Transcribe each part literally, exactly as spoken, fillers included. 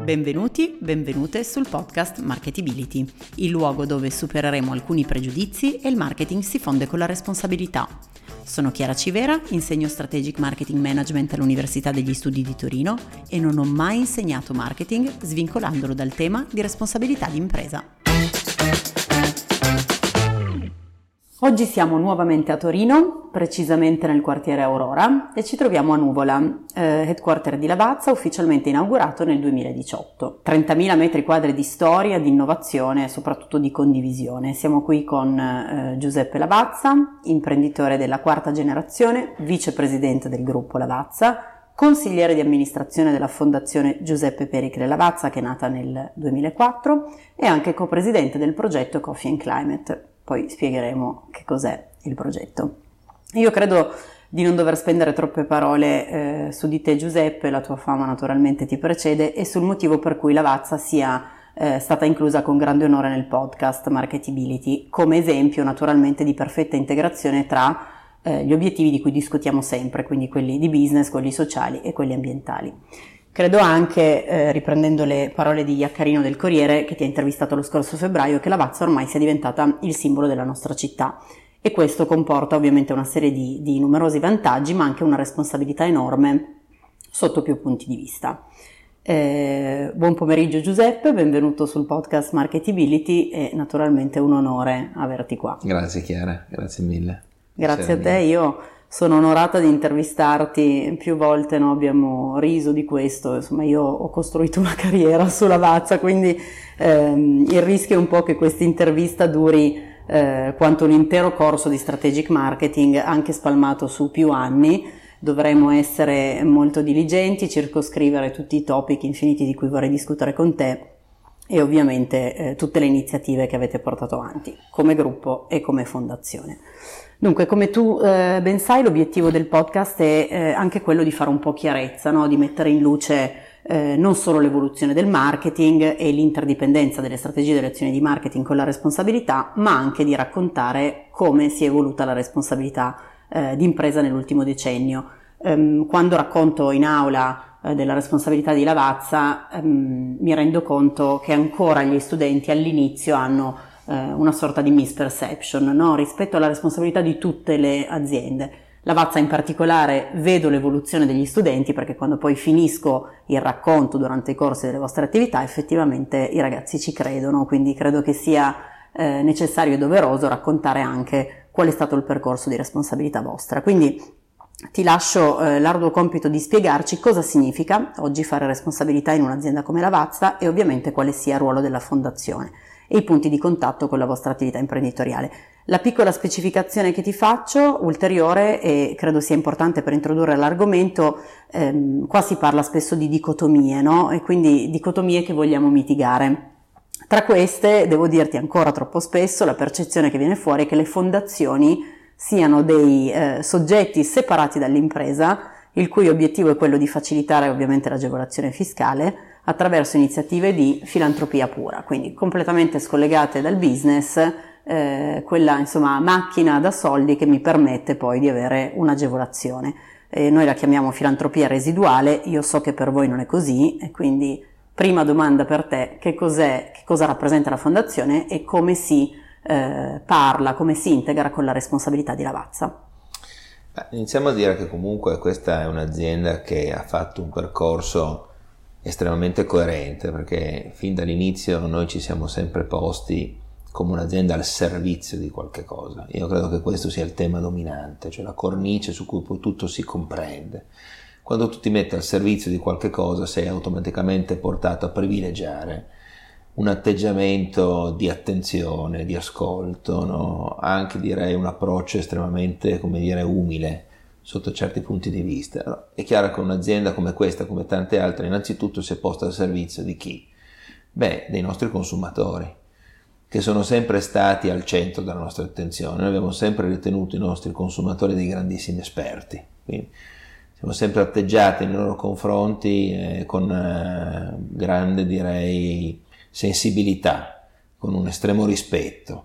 Benvenuti, benvenute sul podcast Marketability, il luogo dove supereremo alcuni pregiudizi e il marketing si fonde con la responsabilità. Sono Chiara Civera, insegno Strategic Marketing Management all'Università degli Studi di Torino e non ho mai insegnato marketing svincolandolo dal tema di responsabilità di impresa. Oggi siamo nuovamente a Torino, precisamente nel quartiere Aurora, e ci troviamo a Nuvola, eh, headquarter di Lavazza, ufficialmente inaugurato nel duemiladiciotto. trentamila metri quadri di storia, di innovazione e soprattutto di condivisione. Siamo qui con eh, Giuseppe Lavazza, imprenditore della quarta generazione, vicepresidente del gruppo Lavazza, consigliere di amministrazione della Fondazione Giuseppe Pericle Lavazza, che è nata nel duemilaquattro, e anche copresidente del progetto Coffee and Climate. Poi spiegheremo che cos'è il progetto. Io credo di non dover spendere troppe parole eh, su di te, Giuseppe, la tua fama naturalmente ti precede, e sul motivo per cui Lavazza sia eh, stata inclusa con grande onore nel podcast Marketability, come esempio naturalmente di perfetta integrazione tra eh, gli obiettivi di cui discutiamo sempre, quindi quelli di business, quelli sociali e quelli ambientali. Credo anche, eh, riprendendo le parole di Iaccarino del Corriere, che ti ha intervistato lo scorso febbraio, che Lavazza ormai sia diventata il simbolo della nostra città, e questo comporta ovviamente una serie di, di numerosi vantaggi, ma anche una responsabilità enorme sotto più punti di vista. Eh, buon pomeriggio Giuseppe, benvenuto sul podcast Marketability, e naturalmente un onore averti qua. Grazie Chiara, grazie mille. Grazie a te, io sono onorata di intervistarti più volte, no? Abbiamo riso di questo, insomma io ho costruito una carriera su Lavazza, quindi ehm, il rischio è un po' che questa intervista duri eh, quanto un intero corso di strategic marketing, anche spalmato su più anni. Dovremo essere molto diligenti, circoscrivere tutti i topic infiniti di cui vorrei discutere con te e ovviamente eh, tutte le iniziative che avete portato avanti come gruppo e come fondazione. Dunque, come tu eh, ben sai, l'obiettivo del podcast è eh, anche quello di fare un po' chiarezza, no? Di mettere in luce eh, non solo l'evoluzione del marketing e l'interdipendenza delle strategie e delle azioni di marketing con la responsabilità, ma anche di raccontare come si è evoluta la responsabilità eh, di impresa nell'ultimo decennio. Ehm, quando racconto in aula eh, della responsabilità di Lavazza, ehm, mi rendo conto che ancora gli studenti all'inizio hanno una sorta di misperception, no? Rispetto alla responsabilità di tutte le aziende. Lavazza in particolare vedo l'evoluzione degli studenti, perché quando poi finisco il racconto durante i corsi delle vostre attività effettivamente i ragazzi ci credono, quindi credo che sia eh, necessario e doveroso raccontare anche qual è stato il percorso di responsabilità vostra. Quindi ti lascio eh, l'arduo compito di spiegarci cosa significa oggi fare responsabilità in un'azienda come Lavazza e ovviamente quale sia il ruolo della fondazione e i punti di contatto con la vostra attività imprenditoriale. La piccola specificazione che ti faccio, ulteriore, e credo sia importante per introdurre l'argomento, ehm, qua si parla spesso di dicotomie, no? E quindi dicotomie che vogliamo mitigare. Tra queste, devo dirti ancora troppo spesso, la percezione che viene fuori è che le fondazioni siano dei eh, soggetti separati dall'impresa, il cui obiettivo è quello di facilitare ovviamente l'agevolazione fiscale attraverso iniziative di filantropia pura, quindi completamente scollegate dal business, eh, quella insomma macchina da soldi che mi permette poi di avere un'agevolazione. Eh, noi la chiamiamo filantropia residuale, io so che per voi non è così, e quindi prima domanda per te: che cos'è, che cosa rappresenta la fondazione e come si eh, parla, come si integra con la responsabilità di Lavazza? Iniziamo a dire che comunque questa è un'azienda che ha fatto un percorso estremamente coerente, perché fin dall'inizio noi ci siamo sempre posti come un'azienda al servizio di qualche cosa. Io credo che questo sia il tema dominante, cioè la cornice su cui poi tutto si comprende. Quando tu ti metti al servizio di qualche cosa sei automaticamente portato a privilegiare un atteggiamento di attenzione, di ascolto, no? Anche direi un approccio estremamente, come dire, umile sotto certi punti di vista. Allora, è chiaro che un'azienda come questa, come tante altre, innanzitutto si è posta al servizio di chi? Beh, dei nostri consumatori, che sono sempre stati al centro della nostra attenzione. Noi abbiamo sempre ritenuto i nostri consumatori dei grandissimi esperti, quindi siamo sempre atteggiati nei loro confronti eh, con eh, grande, direi, sensibilità, con un estremo rispetto.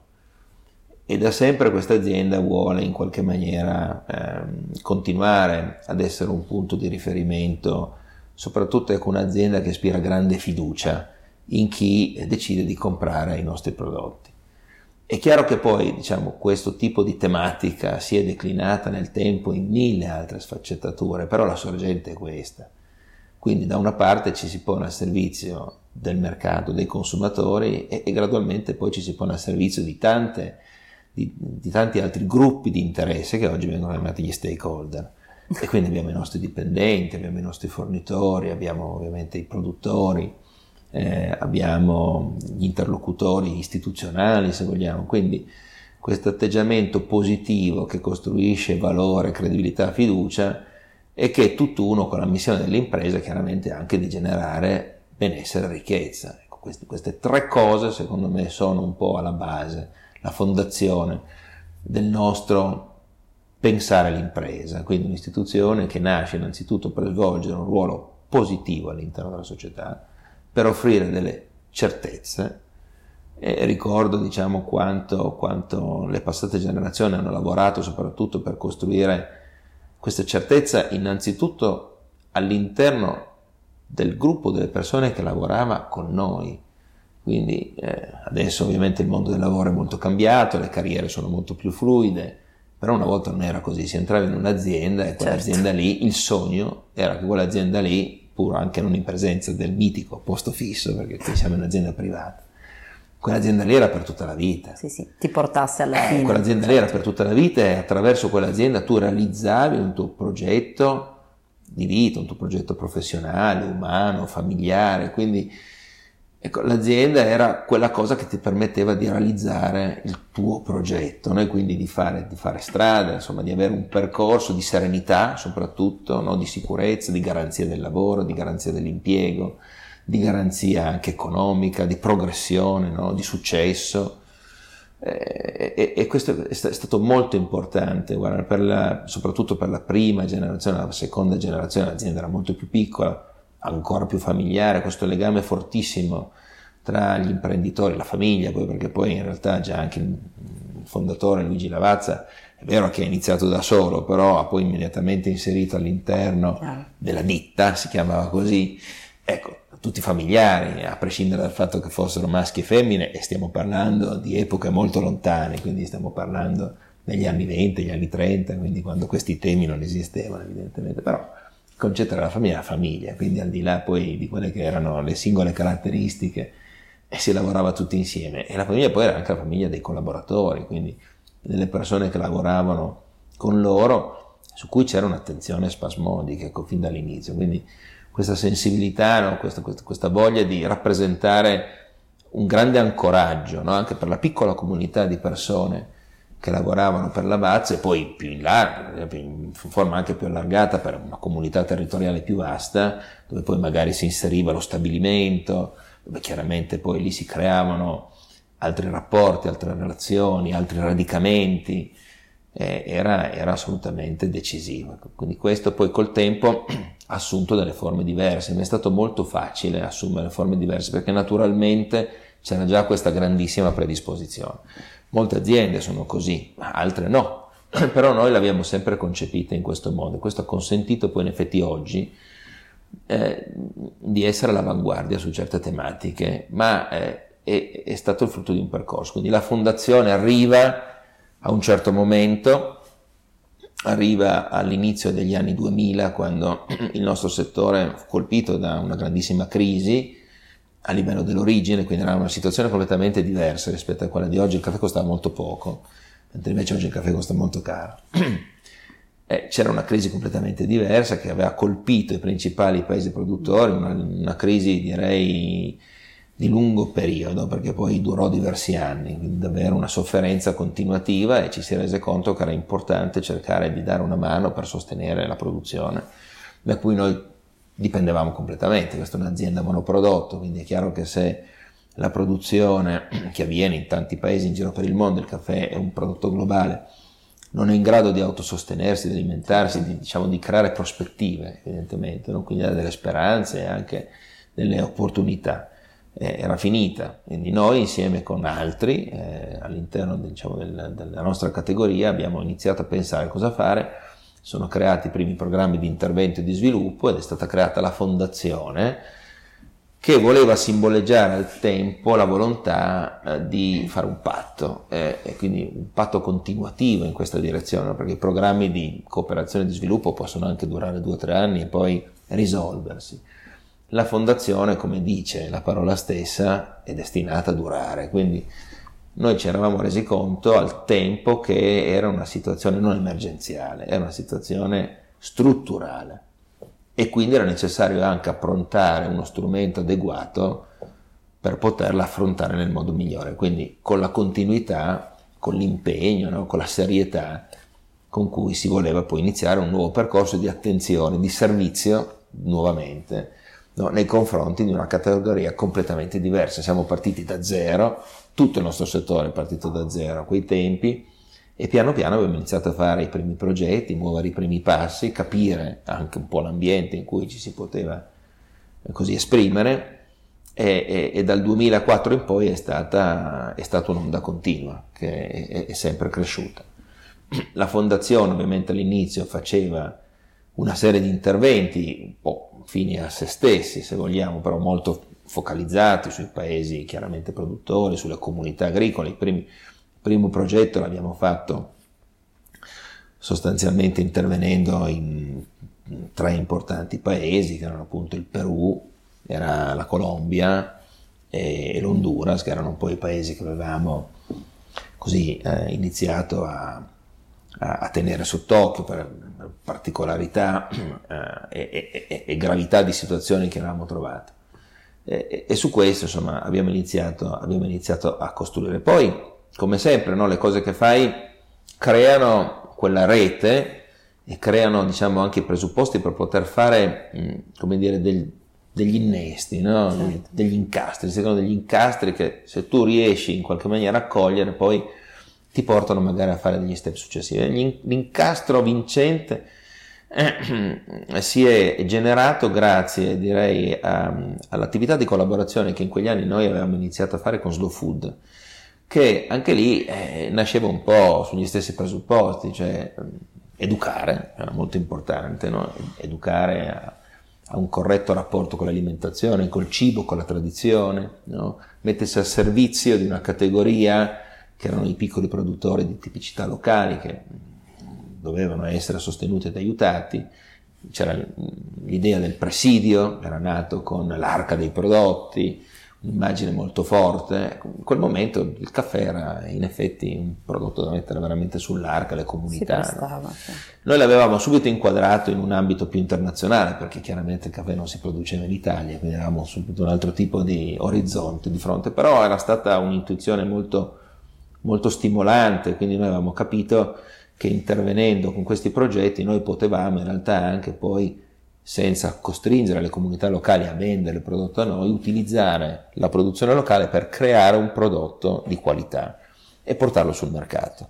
E da sempre questa azienda vuole in qualche maniera eh, continuare ad essere un punto di riferimento soprattutto ecco, un'azienda che ispira grande fiducia in chi decide di comprare i nostri prodotti. È chiaro che poi, diciamo, questo tipo di tematica si è declinata nel tempo in mille altre sfaccettature, però la sorgente è questa. Quindi da una parte ci si pone al servizio del mercato, dei consumatori e, e gradualmente poi ci si pone al servizio di, tante, di, di tanti altri gruppi di interesse che oggi vengono chiamati gli stakeholder. E quindi abbiamo i nostri dipendenti, abbiamo i nostri fornitori, abbiamo ovviamente i produttori, Eh, abbiamo gli interlocutori istituzionali se vogliamo, quindi questo atteggiamento positivo che costruisce valore, credibilità, fiducia e che è tutt'uno con la missione dell'impresa chiaramente anche di generare benessere e ricchezza. Ecco, queste, queste tre cose secondo me sono un po' alla base, la fondazione del nostro pensare l'impresa, quindi un'istituzione che nasce innanzitutto per svolgere un ruolo positivo all'interno della società, per offrire delle certezze. E ricordo diciamo quanto, quanto le passate generazioni hanno lavorato soprattutto per costruire questa certezza innanzitutto all'interno del gruppo delle persone che lavorava con noi. Quindi eh, adesso ovviamente il mondo del lavoro è molto cambiato, le carriere sono molto più fluide, però una volta non era così, si entrava in un'azienda e quell'azienda certo. lì, il sogno era che quell'azienda lì, pur anche non in presenza del mitico posto fisso, perché qui siamo in un'azienda privata, quell'azienda lì era per tutta la vita. Sì, sì, ti portasse alla eh, fine. Quell'azienda certo. lì era per tutta la vita e attraverso quell'azienda tu realizzavi un tuo progetto di vita, un tuo progetto professionale, umano, familiare, quindi ecco, l'azienda era quella cosa che ti permetteva di realizzare il tuo progetto, no? E quindi di fare, di fare strada, insomma, di avere un percorso di serenità soprattutto, no? Di sicurezza, di garanzia del lavoro, di garanzia dell'impiego, di garanzia anche economica, di progressione, no? Di successo. E, e, e questo è stato molto importante, guarda, per la, soprattutto per la prima generazione, la seconda generazione l'azienda era molto più piccola, ancora più familiare, questo legame fortissimo tra gli imprenditori, la famiglia, poi perché poi in realtà già anche il fondatore Luigi Lavazza è vero che ha iniziato da solo, però ha poi immediatamente inserito all'interno Chiaro. della ditta, si chiamava così, ecco, tutti familiari, a prescindere dal fatto che fossero maschi e femmine, e stiamo parlando di epoche molto lontane, quindi stiamo parlando degli anni venti, degli anni trenta, quindi quando questi temi non esistevano evidentemente, però il concetto era la famiglia, la famiglia, quindi al di là poi di quelle che erano le singole caratteristiche, e si lavorava tutti insieme. E la famiglia poi era anche la famiglia dei collaboratori, quindi delle persone che lavoravano con loro, su cui c'era un'attenzione spasmodica, ecco, fin dall'inizio. Quindi questa sensibilità, no? questa, questa, questa voglia di rappresentare un grande ancoraggio, no? Anche per la piccola comunità di persone che lavoravano per Lavazza e poi più in là, in forma anche più allargata per una comunità territoriale più vasta, dove poi magari si inseriva lo stabilimento, dove chiaramente poi lì si creavano altri rapporti, altre relazioni, altri radicamenti, eh, era, era assolutamente decisivo. Quindi questo poi col tempo ha assunto delle forme diverse, mi è stato molto facile assumere forme diverse perché naturalmente c'era già questa grandissima predisposizione. Molte aziende sono così, altre no, però noi l'abbiamo sempre concepita in questo modo. Questo ha consentito poi in effetti oggi eh, di essere all'avanguardia su certe tematiche, ma eh, è, è stato il frutto di un percorso. Quindi la fondazione arriva a un certo momento, arriva all'inizio degli anni duemila, quando il nostro settore fu colpito da una grandissima crisi a livello dell'origine, quindi era una situazione completamente diversa rispetto a quella di oggi. Il caffè costava molto poco, mentre invece oggi il caffè costa molto caro. Eh, c'era una crisi completamente diversa che aveva colpito i principali paesi produttori, una, una crisi direi di lungo periodo, perché poi durò diversi anni, quindi davvero una sofferenza continuativa, e ci si rese conto che era importante cercare di dare una mano per sostenere la produzione, da cui noi dipendevamo completamente. Questa è un'azienda monoprodotto, quindi è chiaro che se la produzione che avviene in tanti paesi in giro per il mondo, il caffè è un prodotto globale, non è in grado di autosostenersi, di alimentarsi, di, diciamo, di creare prospettive, evidentemente, no? Quindi dare delle speranze e anche delle opportunità. Eh, era finita, quindi noi insieme con altri eh, all'interno diciamo, del, della nostra categoria abbiamo iniziato a pensare cosa fare, sono creati i primi programmi di intervento e di sviluppo ed è stata creata la fondazione che voleva simboleggiare al tempo la volontà eh, di fare un patto, eh, e quindi un patto continuativo in questa direzione, perché i programmi di cooperazione e di sviluppo possono anche durare due o tre anni e poi risolversi. La fondazione, come dice la parola stessa, è destinata a durare, quindi noi ci eravamo resi conto al tempo che era una situazione non emergenziale, era una situazione strutturale. E quindi era necessario anche approntare uno strumento adeguato per poterla affrontare nel modo migliore, quindi con la continuità, con l'impegno, no? Con la serietà con cui si voleva poi iniziare un nuovo percorso di attenzione, di servizio, nuovamente, no? Nei confronti di una categoria completamente diversa. Siamo partiti da zero, tutto il nostro settore è partito da zero a quei tempi, e piano piano abbiamo iniziato a fare i primi progetti, muovere i primi passi, capire anche un po' l'ambiente in cui ci si poteva così esprimere, e, e, e dal duemilaquattro in poi è stata, è stata un'onda continua che è, è sempre cresciuta. La fondazione ovviamente all'inizio faceva una serie di interventi un po' fini a se stessi, se vogliamo, però molto focalizzati sui paesi chiaramente produttori, sulle comunità agricole. I primi Il primo progetto l'abbiamo fatto sostanzialmente intervenendo in tre importanti paesi, che erano appunto il Perù, era la Colombia e l'Honduras, che erano poi i paesi che avevamo così eh, iniziato a, a, a tenere sott'occhio per particolarità eh, e, e, e gravità di situazioni che avevamo trovato. E, e su questo insomma abbiamo iniziato, abbiamo iniziato a costruire. Poi, come sempre, no, le cose che fai creano quella rete e creano, diciamo, anche i presupposti per poter fare, mh, come dire, del, degli innesti, no? Certo. Degli incastri, secondo degli incastri che se tu riesci in qualche maniera a cogliere, poi ti portano magari a fare degli step successivi. L'incastro vincente eh, si è generato grazie, direi, a, all'attività di collaborazione che in quegli anni noi avevamo iniziato a fare con Slow Food, che anche lì eh, nasceva un po' sugli stessi presupposti, cioè educare, era molto importante, no? Educare a, a un corretto rapporto con l'alimentazione, col cibo, con la tradizione, no? Mettersi al servizio di una categoria che erano i piccoli produttori di tipicità locali che dovevano essere sostenuti ed aiutati. C'era l'idea del presidio, era nato con l'arca dei prodotti, un'immagine molto forte. In quel momento il caffè era in effetti un prodotto da mettere veramente sull'arca, le comunità. Si prestava, no? Sì. Noi l'avevamo subito inquadrato in un ambito più internazionale, perché chiaramente il caffè non si produceva in Italia, quindi avevamo subito un altro tipo di orizzonte di fronte, però era stata un'intuizione molto, molto stimolante, quindi noi avevamo capito che intervenendo con questi progetti noi potevamo in realtà anche poi, senza costringere le comunità locali a vendere il prodotto a noi, utilizzare la produzione locale per creare un prodotto di qualità e portarlo sul mercato.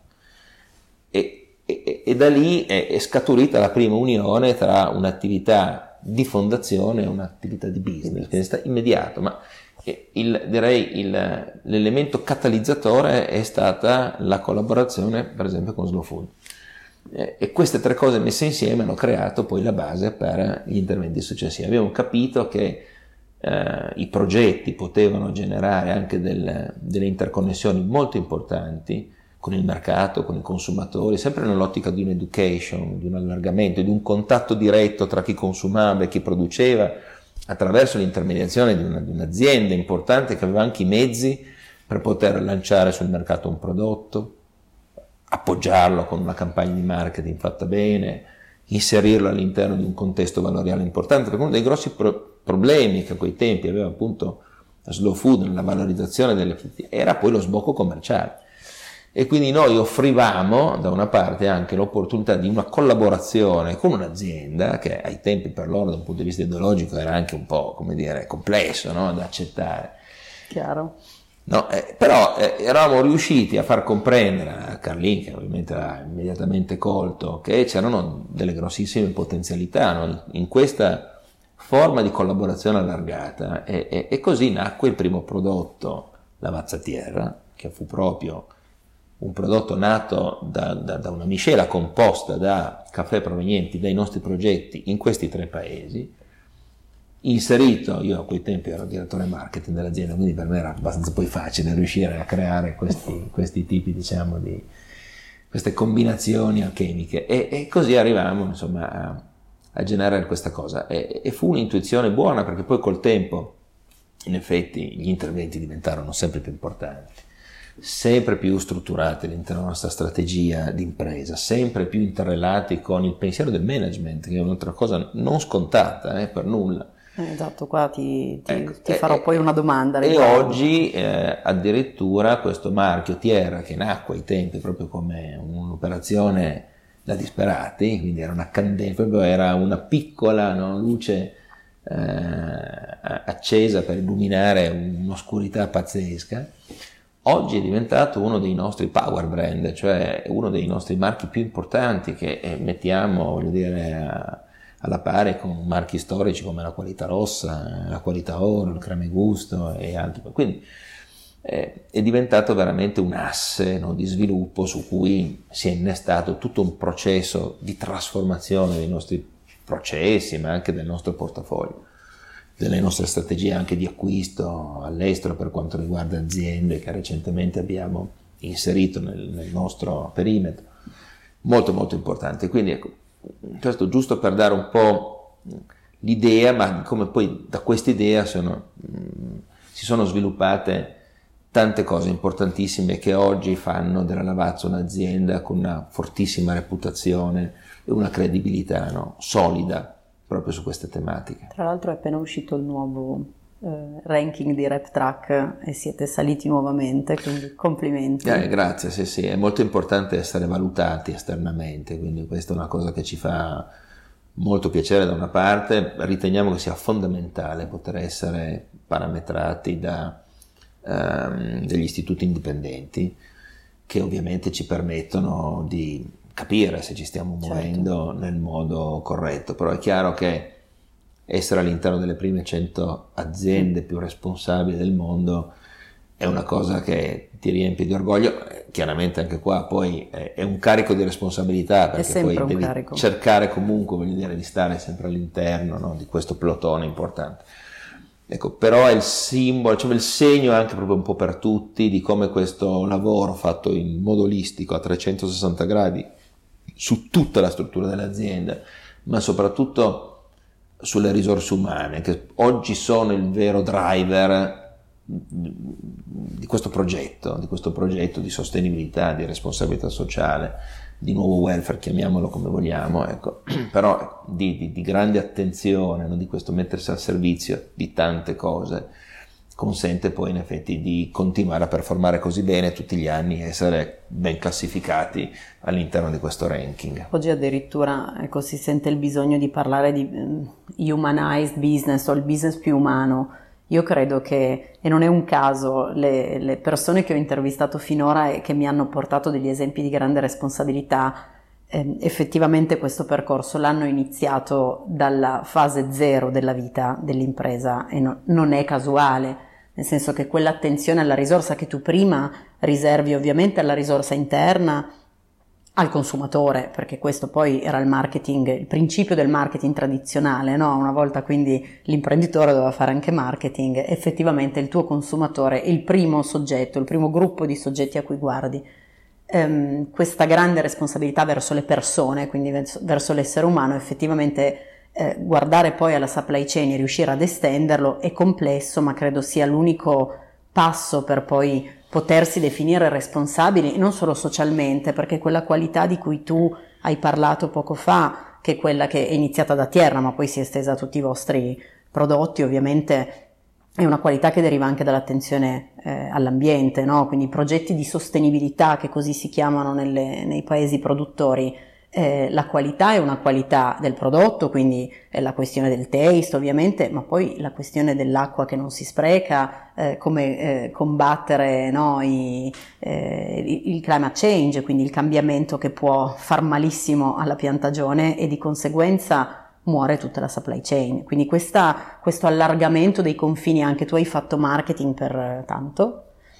E, e, e da lì è, è scaturita la prima unione tra un'attività di fondazione e un'attività di business, che è stato immediato, ma il, direi il, l'elemento catalizzatore è stata la collaborazione, per esempio, con Slow Food. E queste tre cose messe insieme hanno creato poi la base per gli interventi successivi. Abbiamo capito che eh, i progetti potevano generare anche del, delle interconnessioni molto importanti con il mercato, con i consumatori, sempre nell'ottica di un'education, di un allargamento, di un contatto diretto tra chi consumava e chi produceva, attraverso l'intermediazione di, una, di un'azienda importante che aveva anche i mezzi per poter lanciare sul mercato un prodotto, appoggiarlo con una campagna di marketing fatta bene, inserirlo all'interno di un contesto valoriale importante, perché uno dei grossi pro- problemi che a quei tempi aveva appunto la Slow Food nella valorizzazione delle era poi lo sbocco commerciale. E quindi noi offrivamo da una parte anche l'opportunità di una collaborazione con un'azienda che ai tempi per loro da un punto di vista ideologico era anche un po', come dire, complesso, no? Da accettare. Chiaro. No, eh, però eh, eravamo riusciti a far comprendere a Carlin, che ovviamente l'ha immediatamente colto, che c'erano delle grossissime potenzialità, no? in questa forma di collaborazione allargata, e, e, e così nacque il primo prodotto, la Mazzatiera, che fu proprio un prodotto nato da, da, da una miscela composta da caffè provenienti dai nostri progetti in questi tre paesi, inserito, io a quei tempi ero direttore marketing dell'azienda, quindi per me era abbastanza poi facile riuscire a creare questi, questi tipi, diciamo, di queste combinazioni alchemiche, e, e così arrivavamo, insomma, a, a generare questa cosa, e, e fu un'intuizione buona, perché poi col tempo in effetti gli interventi diventarono sempre più importanti, sempre più strutturati all'interno della nostra strategia di impresa, sempre più interrelati con il pensiero del management, che è un'altra cosa non scontata, eh, per nulla. Esatto, qua ti, ti, ecco, ti farò eh, poi una domanda. E riguardo. Oggi eh, addirittura questo marchio Tierra, che nacque ai tempi proprio come un'operazione da disperati, quindi era una candela, proprio era una piccola, no, luce eh, accesa per illuminare un'oscurità pazzesca, oggi è diventato uno dei nostri power brand, cioè uno dei nostri marchi più importanti, che eh, mettiamo, voglio dire, a, alla pari con marchi storici come la Qualità Rossa, la Qualità Oro, il Creme Gusto e altri. Quindi eh, è diventato veramente un asse, no, di sviluppo su cui si è innestato tutto un processo di trasformazione dei nostri processi, ma anche del nostro portafoglio, delle nostre strategie anche di acquisto all'estero per quanto riguarda aziende che recentemente abbiamo inserito nel, nel nostro perimetro. Molto molto importante. Quindi ecco, questo giusto per dare un po' l'idea, ma come poi da quest'idea sono, mh, si sono sviluppate tante cose importantissime che oggi fanno della Lavazza un'azienda con una fortissima reputazione e una credibilità, no, solida proprio su queste tematiche. Tra l'altro è appena uscito il nuovo eh, ranking di RepTrak e siete saliti nuovamente, quindi complimenti. Eh, grazie, sì sì, è molto importante essere valutati esternamente, quindi questa è una cosa che ci fa molto piacere da una parte, riteniamo che sia fondamentale poter essere parametrati da ehm, degli istituti indipendenti che ovviamente ci permettono di capire se ci stiamo muovendo, certo, nel modo corretto, però è chiaro che essere all'interno delle prime cento aziende più responsabili del mondo è una cosa che ti riempie di orgoglio. Chiaramente anche qua poi è un carico di responsabilità, perché poi devi carico. cercare comunque, voglio dire, di stare sempre all'interno, no, di questo plotone importante. Ecco, però è il simbolo, cioè il segno anche proprio un po' per tutti di come questo lavoro fatto in modo olistico a trecentosessanta gradi su tutta la struttura dell'azienda, ma soprattutto sulle risorse umane, che oggi sono il vero driver di questo progetto, di questo progetto di sostenibilità, di responsabilità sociale, di nuovo welfare, chiamiamolo come vogliamo, ecco, però di, di, di grande attenzione, no? Di questo mettersi al servizio di tante cose, consente poi in effetti di continuare a performare così bene tutti gli anni e essere ben classificati all'interno di questo ranking. Oggi addirittura, ecco, si sente il bisogno di parlare di humanized business o il business più umano. Io credo che, e non è un caso, le, le persone che ho intervistato finora e che mi hanno portato degli esempi di grande responsabilità, eh, effettivamente questo percorso l'hanno iniziato dalla fase zero della vita dell'impresa e no, non è casuale, nel senso che quell'attenzione alla risorsa che tu prima riservi ovviamente alla risorsa interna, al consumatore, perché questo poi era il marketing, il principio del marketing tradizionale, no? Una volta quindi l'imprenditore doveva fare anche marketing, effettivamente il tuo consumatore è il primo soggetto, il primo gruppo di soggetti a cui guardi. Ehm, questa grande responsabilità verso le persone, quindi verso, verso l'essere umano, effettivamente eh, guardare poi alla supply chain e riuscire ad estenderlo è complesso, ma credo sia l'unico passo per poi potersi definire responsabili, non solo socialmente, perché quella qualità di cui tu hai parlato poco fa, che è quella che è iniziata da Tierra, ma poi si è estesa a tutti i vostri prodotti, ovviamente è una qualità che deriva anche dall'attenzione eh, all'ambiente, no? Quindi i progetti di sostenibilità, che così si chiamano nelle, nei paesi produttori, eh, la qualità è una qualità del prodotto, quindi è la questione del taste ovviamente, ma poi la questione dell'acqua che non si spreca, eh, come eh, combattere, no, i, eh, il climate change, quindi il cambiamento che può far malissimo alla piantagione e di conseguenza muore tutta la supply chain. Quindi questa, questo allargamento dei confini, anche tu hai fatto marketing per tanto,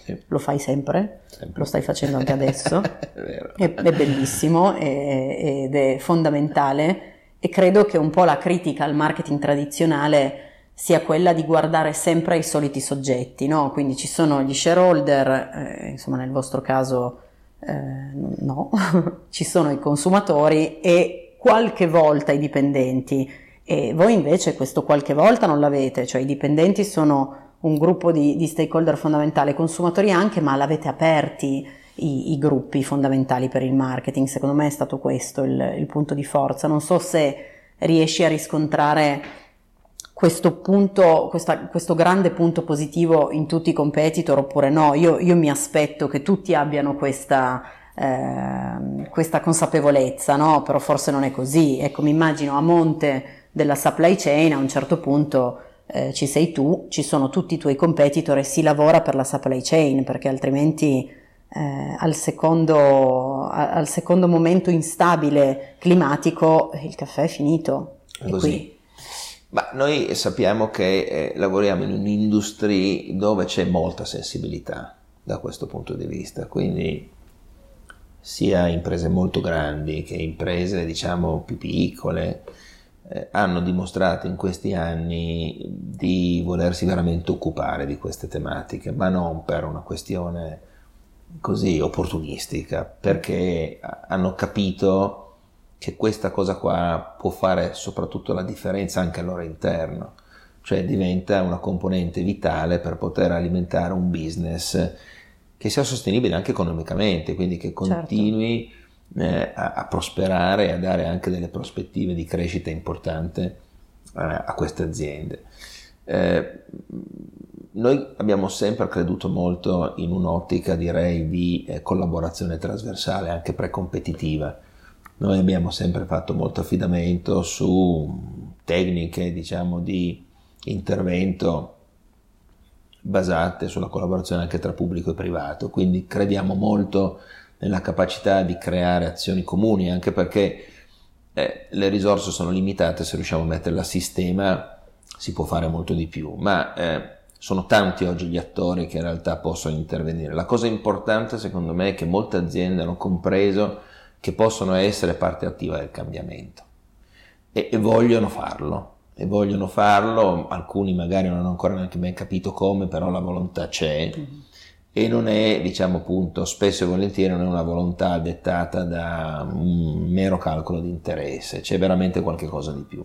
sì. Lo fai sempre, sempre, lo stai facendo anche adesso, è, vero. È, è bellissimo è, ed è fondamentale, e credo che un po' la critica al marketing tradizionale sia quella di guardare sempre ai soliti soggetti, no? Quindi ci sono gli shareholder, eh, insomma nel vostro caso eh, no, ci sono i consumatori e qualche volta i dipendenti, e voi invece questo qualche volta non l'avete, cioè i dipendenti sono un gruppo di, di stakeholder fondamentale, consumatori anche, ma l'avete aperti i, i gruppi fondamentali per il marketing. Secondo me è stato questo il, il punto di forza. Non so se riesci a riscontrare questo punto, questa, questo grande punto positivo in tutti i competitor oppure no. Io, io mi aspetto che tutti abbiano questa, eh, questa consapevolezza, no? Però forse non è così. Ecco, mi immagino a monte della supply chain a un certo punto eh, ci sei tu, ci sono tutti i tuoi competitor e si lavora per la supply chain, perché altrimenti eh, al, secondo, a, al secondo momento instabile climatico il caffè è finito. È così. Qui... Ma noi sappiamo che eh, lavoriamo in un'industria dove c'è molta sensibilità da questo punto di vista, quindi sia imprese molto grandi che imprese diciamo più piccole eh, hanno dimostrato in questi anni di volersi veramente occupare di queste tematiche, ma non per una questione così opportunistica, perché hanno capito che questa cosa qua può fare soprattutto la differenza anche al loro interno, cioè diventa una componente vitale per poter alimentare un business che sia sostenibile anche economicamente, quindi che continui certo. eh, a, a prosperare e a dare anche delle prospettive di crescita importante eh, a queste aziende. Eh, noi abbiamo sempre creduto molto in un'ottica, direi, di eh, collaborazione trasversale, anche precompetitiva. Noi abbiamo sempre fatto molto affidamento su tecniche, diciamo, di intervento basate sulla collaborazione anche tra pubblico e privato, quindi crediamo molto nella capacità di creare azioni comuni, anche perché eh, le risorse sono limitate, se riusciamo a metterle a sistema si può fare molto di più, ma eh, sono tanti oggi gli attori che in realtà possono intervenire. La cosa importante secondo me è che molte aziende hanno compreso che possono essere parte attiva del cambiamento e, e vogliono farlo. E vogliono farlo, alcuni magari non hanno ancora neanche ben capito come, però la volontà c'è mm-hmm. e non è, diciamo appunto, spesso e volentieri non è una volontà dettata da un mero calcolo di interesse, c'è veramente qualche cosa di più.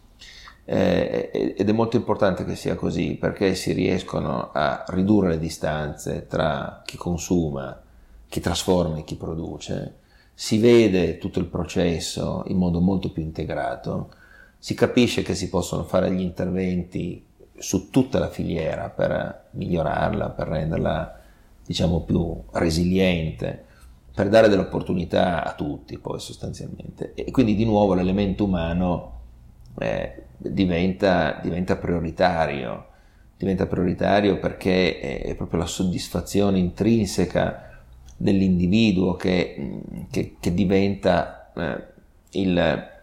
Eh, ed è molto importante che sia così, perché si riescono a ridurre le distanze tra chi consuma, chi trasforma e chi produce, si vede tutto il processo in modo molto più integrato, si capisce che si possono fare gli interventi su tutta la filiera per migliorarla, per renderla, diciamo, più resiliente, per dare delle opportunità a tutti poi sostanzialmente. E quindi di nuovo l'elemento umano eh, diventa, diventa prioritario, diventa prioritario perché è proprio la soddisfazione intrinseca dell'individuo che, che, che diventa eh, il...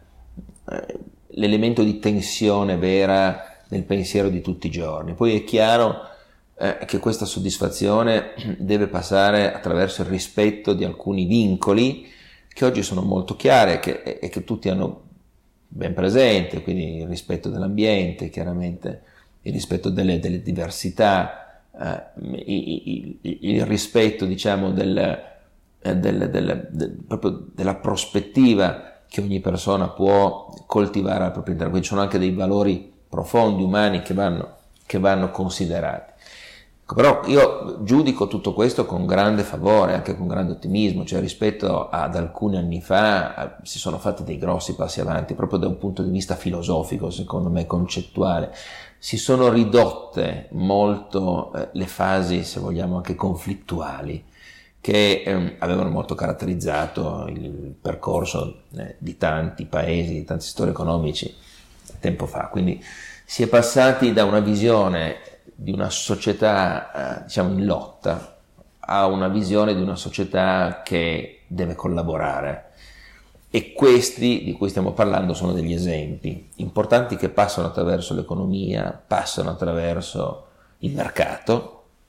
Eh, l'elemento di tensione vera nel pensiero di tutti i giorni. Poi è chiaro eh, che questa soddisfazione deve passare attraverso il rispetto di alcuni vincoli che oggi sono molto chiari e che, e che tutti hanno ben presente, quindi il rispetto dell'ambiente, chiaramente il rispetto delle, delle diversità, eh, il, il, il rispetto, diciamo, del, eh, del, del, del, proprio della prospettiva che ogni persona può coltivare al proprio interno. Quindi ci sono anche dei valori profondi, umani, che vanno, che vanno considerati. Però io giudico tutto questo con grande favore, anche con grande ottimismo, cioè rispetto ad alcuni anni fa si sono fatti dei grossi passi avanti, proprio da un punto di vista filosofico, secondo me, concettuale. Si sono ridotte molto eh, le fasi, se vogliamo, anche conflittuali, che eh, avevano molto caratterizzato il percorso eh, di tanti paesi, di tanti settori economici tempo fa. Quindi si è passati da una visione di una società eh, diciamo in lotta a una visione di una società che deve collaborare, e questi di cui stiamo parlando sono degli esempi importanti che passano attraverso l'economia, passano attraverso il mercato,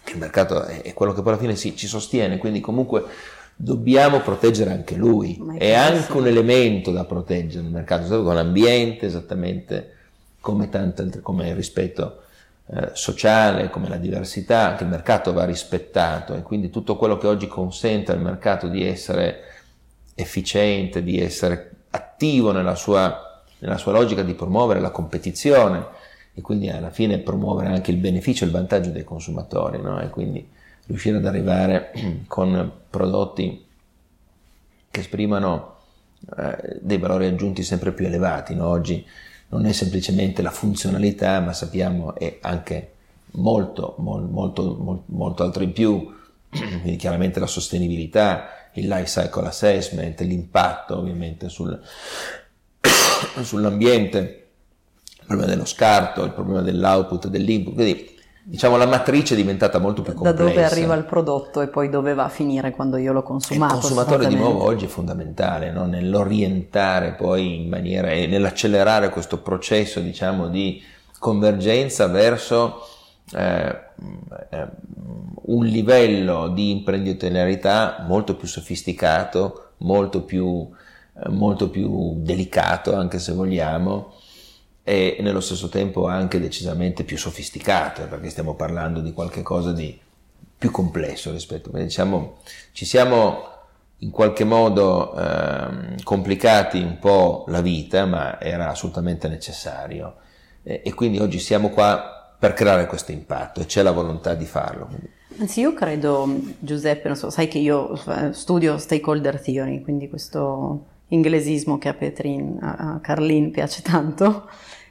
che il mercato è, è quello che poi alla fine sì, ci sostiene, quindi comunque dobbiamo proteggere anche lui, è, è anche sì. un elemento da proteggere il mercato, con l'ambiente, esattamente come tante altre, come il rispetto eh, sociale, come la diversità, anche il mercato va rispettato, e quindi tutto quello che oggi consente al mercato di essere efficiente, di essere attivo nella sua, nella sua logica di promuovere la competizione e quindi alla fine promuovere anche il beneficio e il vantaggio dei consumatori, no? E quindi riuscire ad arrivare con prodotti che esprimano eh, dei valori aggiunti sempre più elevati, no? Oggi non è semplicemente la funzionalità, ma sappiamo è anche molto, molto, molto, molto altro in più, quindi chiaramente la sostenibilità, il life cycle assessment, l'impatto ovviamente sul, sull'ambiente, il problema dello scarto, il problema dell'output, dell'input, quindi diciamo la matrice è diventata molto più complessa. Da dove arriva il prodotto e poi dove va a finire quando io l'ho consumato. Il consumatore di nuovo oggi è fondamentale, no? Nell'orientare poi in maniera e nell'accelerare questo processo diciamo di convergenza verso eh, eh, un livello di imprenditorialità molto più sofisticato, molto più, eh, molto più delicato anche se vogliamo, e nello stesso tempo anche decisamente più sofisticato, perché stiamo parlando di qualche cosa di più complesso rispetto, quindi diciamo ci siamo in qualche modo eh, complicati un po' la vita, ma era assolutamente necessario, e, e quindi oggi siamo qua per creare questo impatto e c'è la volontà di farlo. Anzi, io credo, Giuseppe, non so, sai che io studio stakeholder theory, quindi questo inglesismo che a Petrin, a Carlin piace tanto,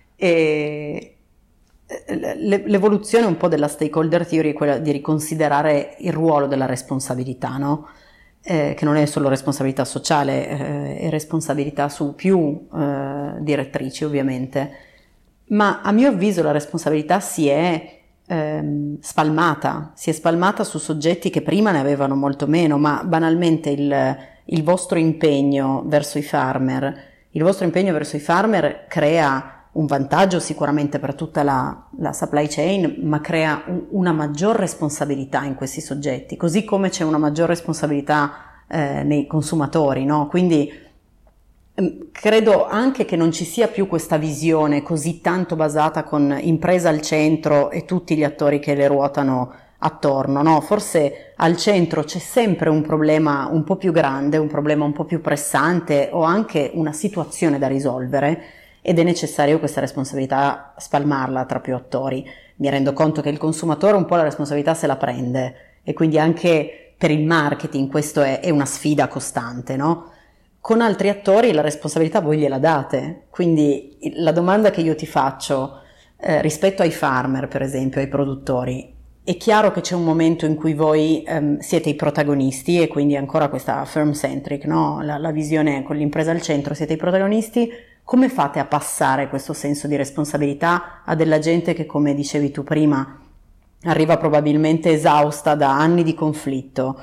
e l'evoluzione un po' della stakeholder theory è quella di riconsiderare il ruolo della responsabilità, no? Eh, che non è solo responsabilità sociale, eh, è responsabilità su più eh, direttrici ovviamente, ma a mio avviso la responsabilità si è ehm, spalmata, si è spalmata su soggetti che prima ne avevano molto meno, ma banalmente il, il vostro impegno verso i farmer, il vostro impegno verso i farmer crea un vantaggio sicuramente per tutta la, la supply chain, ma crea un, una maggior responsabilità in questi soggetti, così come c'è una maggior responsabilità eh, nei consumatori, no? Quindi ehm, credo anche che non ci sia più questa visione così tanto basata con impresa al centro e tutti gli attori che le ruotano attorno, no? Forse al centro c'è sempre un problema un po' più grande, un problema un po' più pressante o anche una situazione da risolvere, ed è necessario questa responsabilità spalmarla tra più attori. Mi rendo conto che il consumatore un po' la responsabilità se la prende e quindi anche per il marketing questo è, è una sfida costante, no? Con altri attori la responsabilità voi gliela date, quindi la domanda che io ti faccio eh, rispetto ai farmer per esempio, ai produttori, è chiaro che c'è un momento in cui voi ehm, siete i protagonisti e quindi ancora questa firm centric, no? La, la visione con l'impresa al centro, siete i protagonisti. Come fate a passare questo senso di responsabilità a della gente che, come dicevi tu prima, arriva probabilmente esausta da anni di conflitto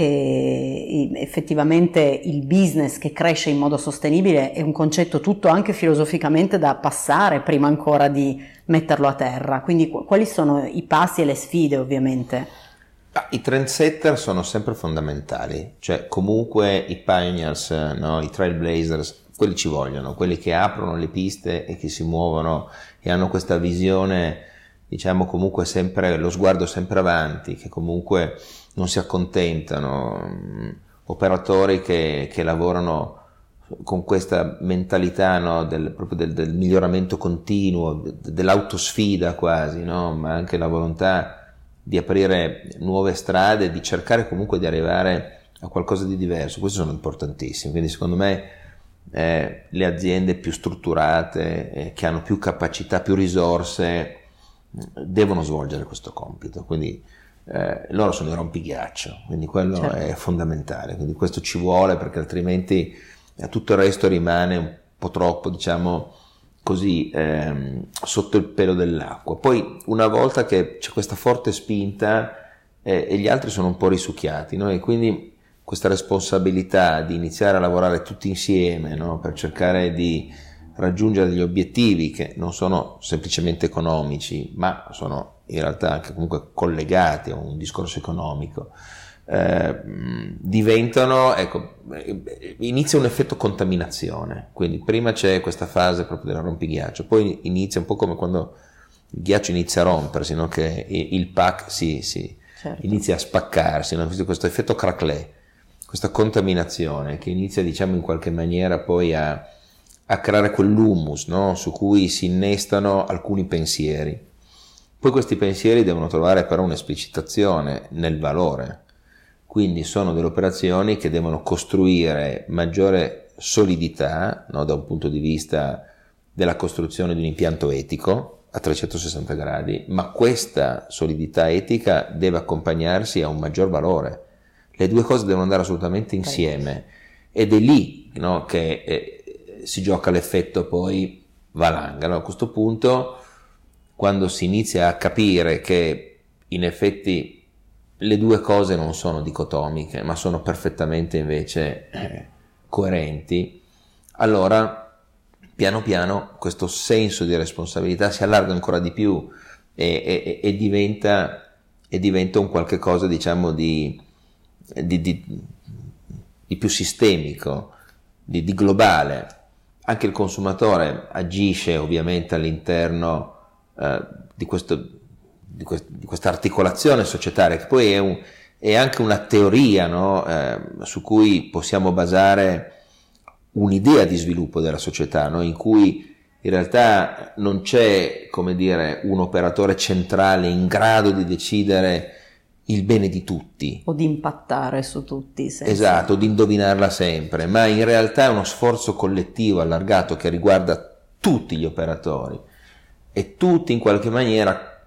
e effettivamente il business che cresce in modo sostenibile è un concetto tutto anche filosoficamente da passare prima ancora di metterlo a terra, quindi quali sono i passi e le sfide ovviamente? I trendsetter sono sempre fondamentali, cioè comunque i pioneers, no? I trailblazers, quelli ci vogliono, quelli che aprono le piste e che si muovono e hanno questa visione, diciamo comunque sempre, lo sguardo sempre avanti, che comunque non si accontentano, operatori che, che lavorano con questa mentalità, no? del, proprio del, del miglioramento continuo, dell'autosfida quasi, no? Ma anche la volontà di aprire nuove strade, di cercare comunque di arrivare a qualcosa di diverso. Questi sono importantissimi, quindi secondo me eh, le aziende più strutturate, eh, che hanno più capacità, più risorse, devono svolgere questo compito, quindi eh, loro sono i rompighiaccio, quindi quello certo. È fondamentale, quindi questo ci vuole, perché altrimenti eh, tutto il resto rimane un po' troppo, diciamo così, ehm, sotto il pelo dell'acqua. Poi una volta che c'è questa forte spinta eh, e gli altri sono un po' risucchiati, no? E quindi questa responsabilità di iniziare a lavorare tutti insieme, no? Per cercare di raggiungere degli obiettivi che non sono semplicemente economici, ma sono in realtà anche comunque collegati a un discorso economico, eh, diventano, ecco, inizia un effetto contaminazione. Quindi prima c'è questa fase proprio del rompighiaccio, poi inizia un po' come quando il ghiaccio inizia a rompersi, no? Che il pack si, si certo. inizia a spaccarsi, no? Questo effetto craquelé, questa contaminazione che inizia, diciamo, in qualche maniera poi a, a creare quell'humus, no? Su cui si innestano alcuni pensieri. Poi questi pensieri devono trovare però un'esplicitazione nel valore, quindi sono delle operazioni che devono costruire maggiore solidità, no? Da un punto di vista della costruzione di un impianto etico a trecentosessanta gradi, ma questa solidità etica deve accompagnarsi a un maggior valore. Le due cose devono andare assolutamente insieme, ed è lì, no, che eh, si gioca l'effetto poi valanga, no? A questo punto, quando si inizia a capire che in effetti le due cose non sono dicotomiche, ma sono perfettamente invece eh, coerenti, allora piano piano questo senso di responsabilità si allarga ancora di più e, e, e, diventa, e diventa un qualche cosa, diciamo, di, di, di, di più sistemico, di, di globale. Anche il consumatore agisce ovviamente all'interno eh, di, questo, di, quest, di questa articolazione societaria, che poi è, un, è anche una teoria, no? eh, su cui possiamo basare un'idea di sviluppo della società, no? In cui in realtà non c'è, come dire, un operatore centrale in grado di decidere il bene di tutti. O di impattare su tutti. Senza... Esatto, di indovinarla sempre, ma in realtà è uno sforzo collettivo allargato che riguarda tutti gli operatori e tutti in qualche maniera,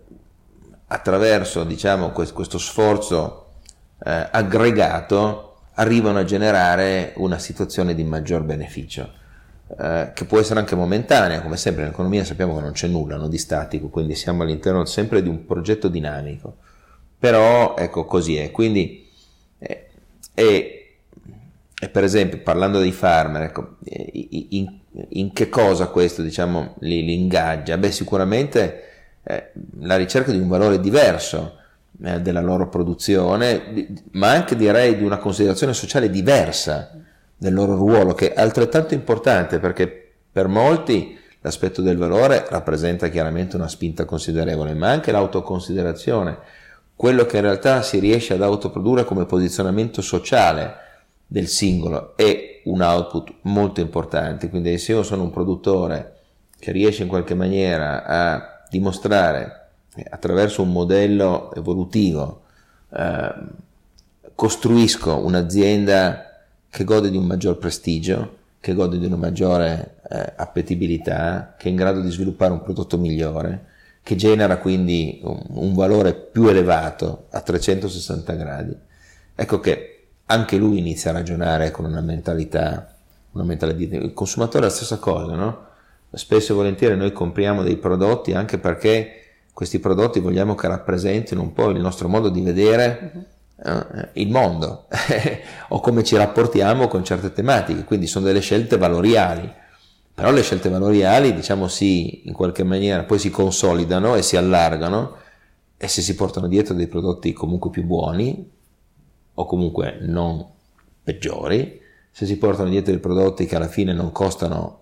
attraverso, diciamo, questo sforzo eh, aggregato, arrivano a generare una situazione di maggior beneficio, eh, che può essere anche momentanea. Come sempre in economia sappiamo che non c'è nulla, no, di statico, quindi siamo all'interno sempre di un progetto dinamico, però ecco, così è. Quindi eh, e, e per esempio, parlando dei farmer, ecco, in, in che cosa questo, diciamo, li, li ingaggia? Beh, sicuramente eh, la ricerca di un valore diverso della loro produzione, ma anche, direi, di una considerazione sociale diversa del loro ruolo, che è altrettanto importante, perché per molti l'aspetto del valore rappresenta chiaramente una spinta considerevole, ma anche l'autoconsiderazione, quello che in realtà si riesce ad autoprodurre come posizionamento sociale del singolo, è un output molto importante. Quindi se io sono un produttore che riesce in qualche maniera a dimostrare attraverso un modello evolutivo, eh, costruisco un'azienda che gode di un maggior prestigio, che gode di una maggiore eh, appetibilità, che è in grado di sviluppare un prodotto migliore, che genera quindi un, un valore più elevato a trecentosessanta gradi. Ecco che anche lui inizia a ragionare con una mentalità, una mentalità. Il consumatore è la stessa cosa, no? Spesso e volentieri noi compriamo dei prodotti anche perché questi prodotti vogliamo che rappresentino un po' il nostro modo di vedere uh-huh. uh, il mondo o come ci rapportiamo con certe tematiche, quindi sono delle scelte valoriali, però le scelte valoriali, diciamo, si in qualche maniera poi si consolidano e si allargano, e se si portano dietro dei prodotti comunque più buoni o comunque non peggiori, se si portano dietro dei prodotti che alla fine non costano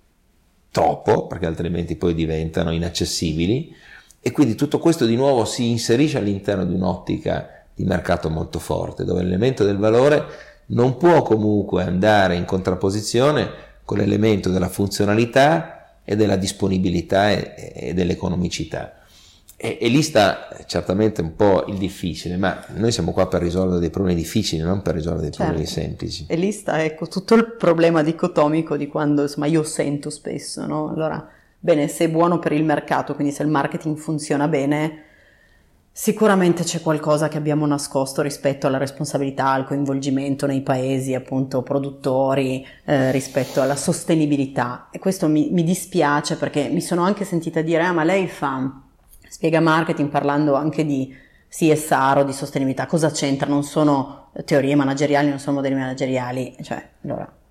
troppo, perché altrimenti poi diventano inaccessibili. E quindi tutto questo di nuovo si inserisce all'interno di un'ottica di mercato molto forte, dove l'elemento del valore non può comunque andare in contrapposizione con l'elemento della funzionalità e della disponibilità e, e dell'economicità. E, e lì sta certamente un po' il difficile, ma noi siamo qua per risolvere dei problemi difficili, non per risolvere dei certo. problemi semplici. E lì sta, ecco, tutto il problema dicotomico di quando, insomma, io sento spesso, no? Allora, bene, se è buono per il mercato, quindi se il marketing funziona bene, sicuramente c'è qualcosa che abbiamo nascosto rispetto alla responsabilità, al coinvolgimento nei paesi, appunto, produttori, eh, rispetto alla sostenibilità. E questo mi, mi dispiace, perché mi sono anche sentita dire, ah, ma lei fa, spiega marketing parlando anche di C S R o di sostenibilità, cosa c'entra? Non sono teorie manageriali, non sono modelli manageriali, cioè, allora...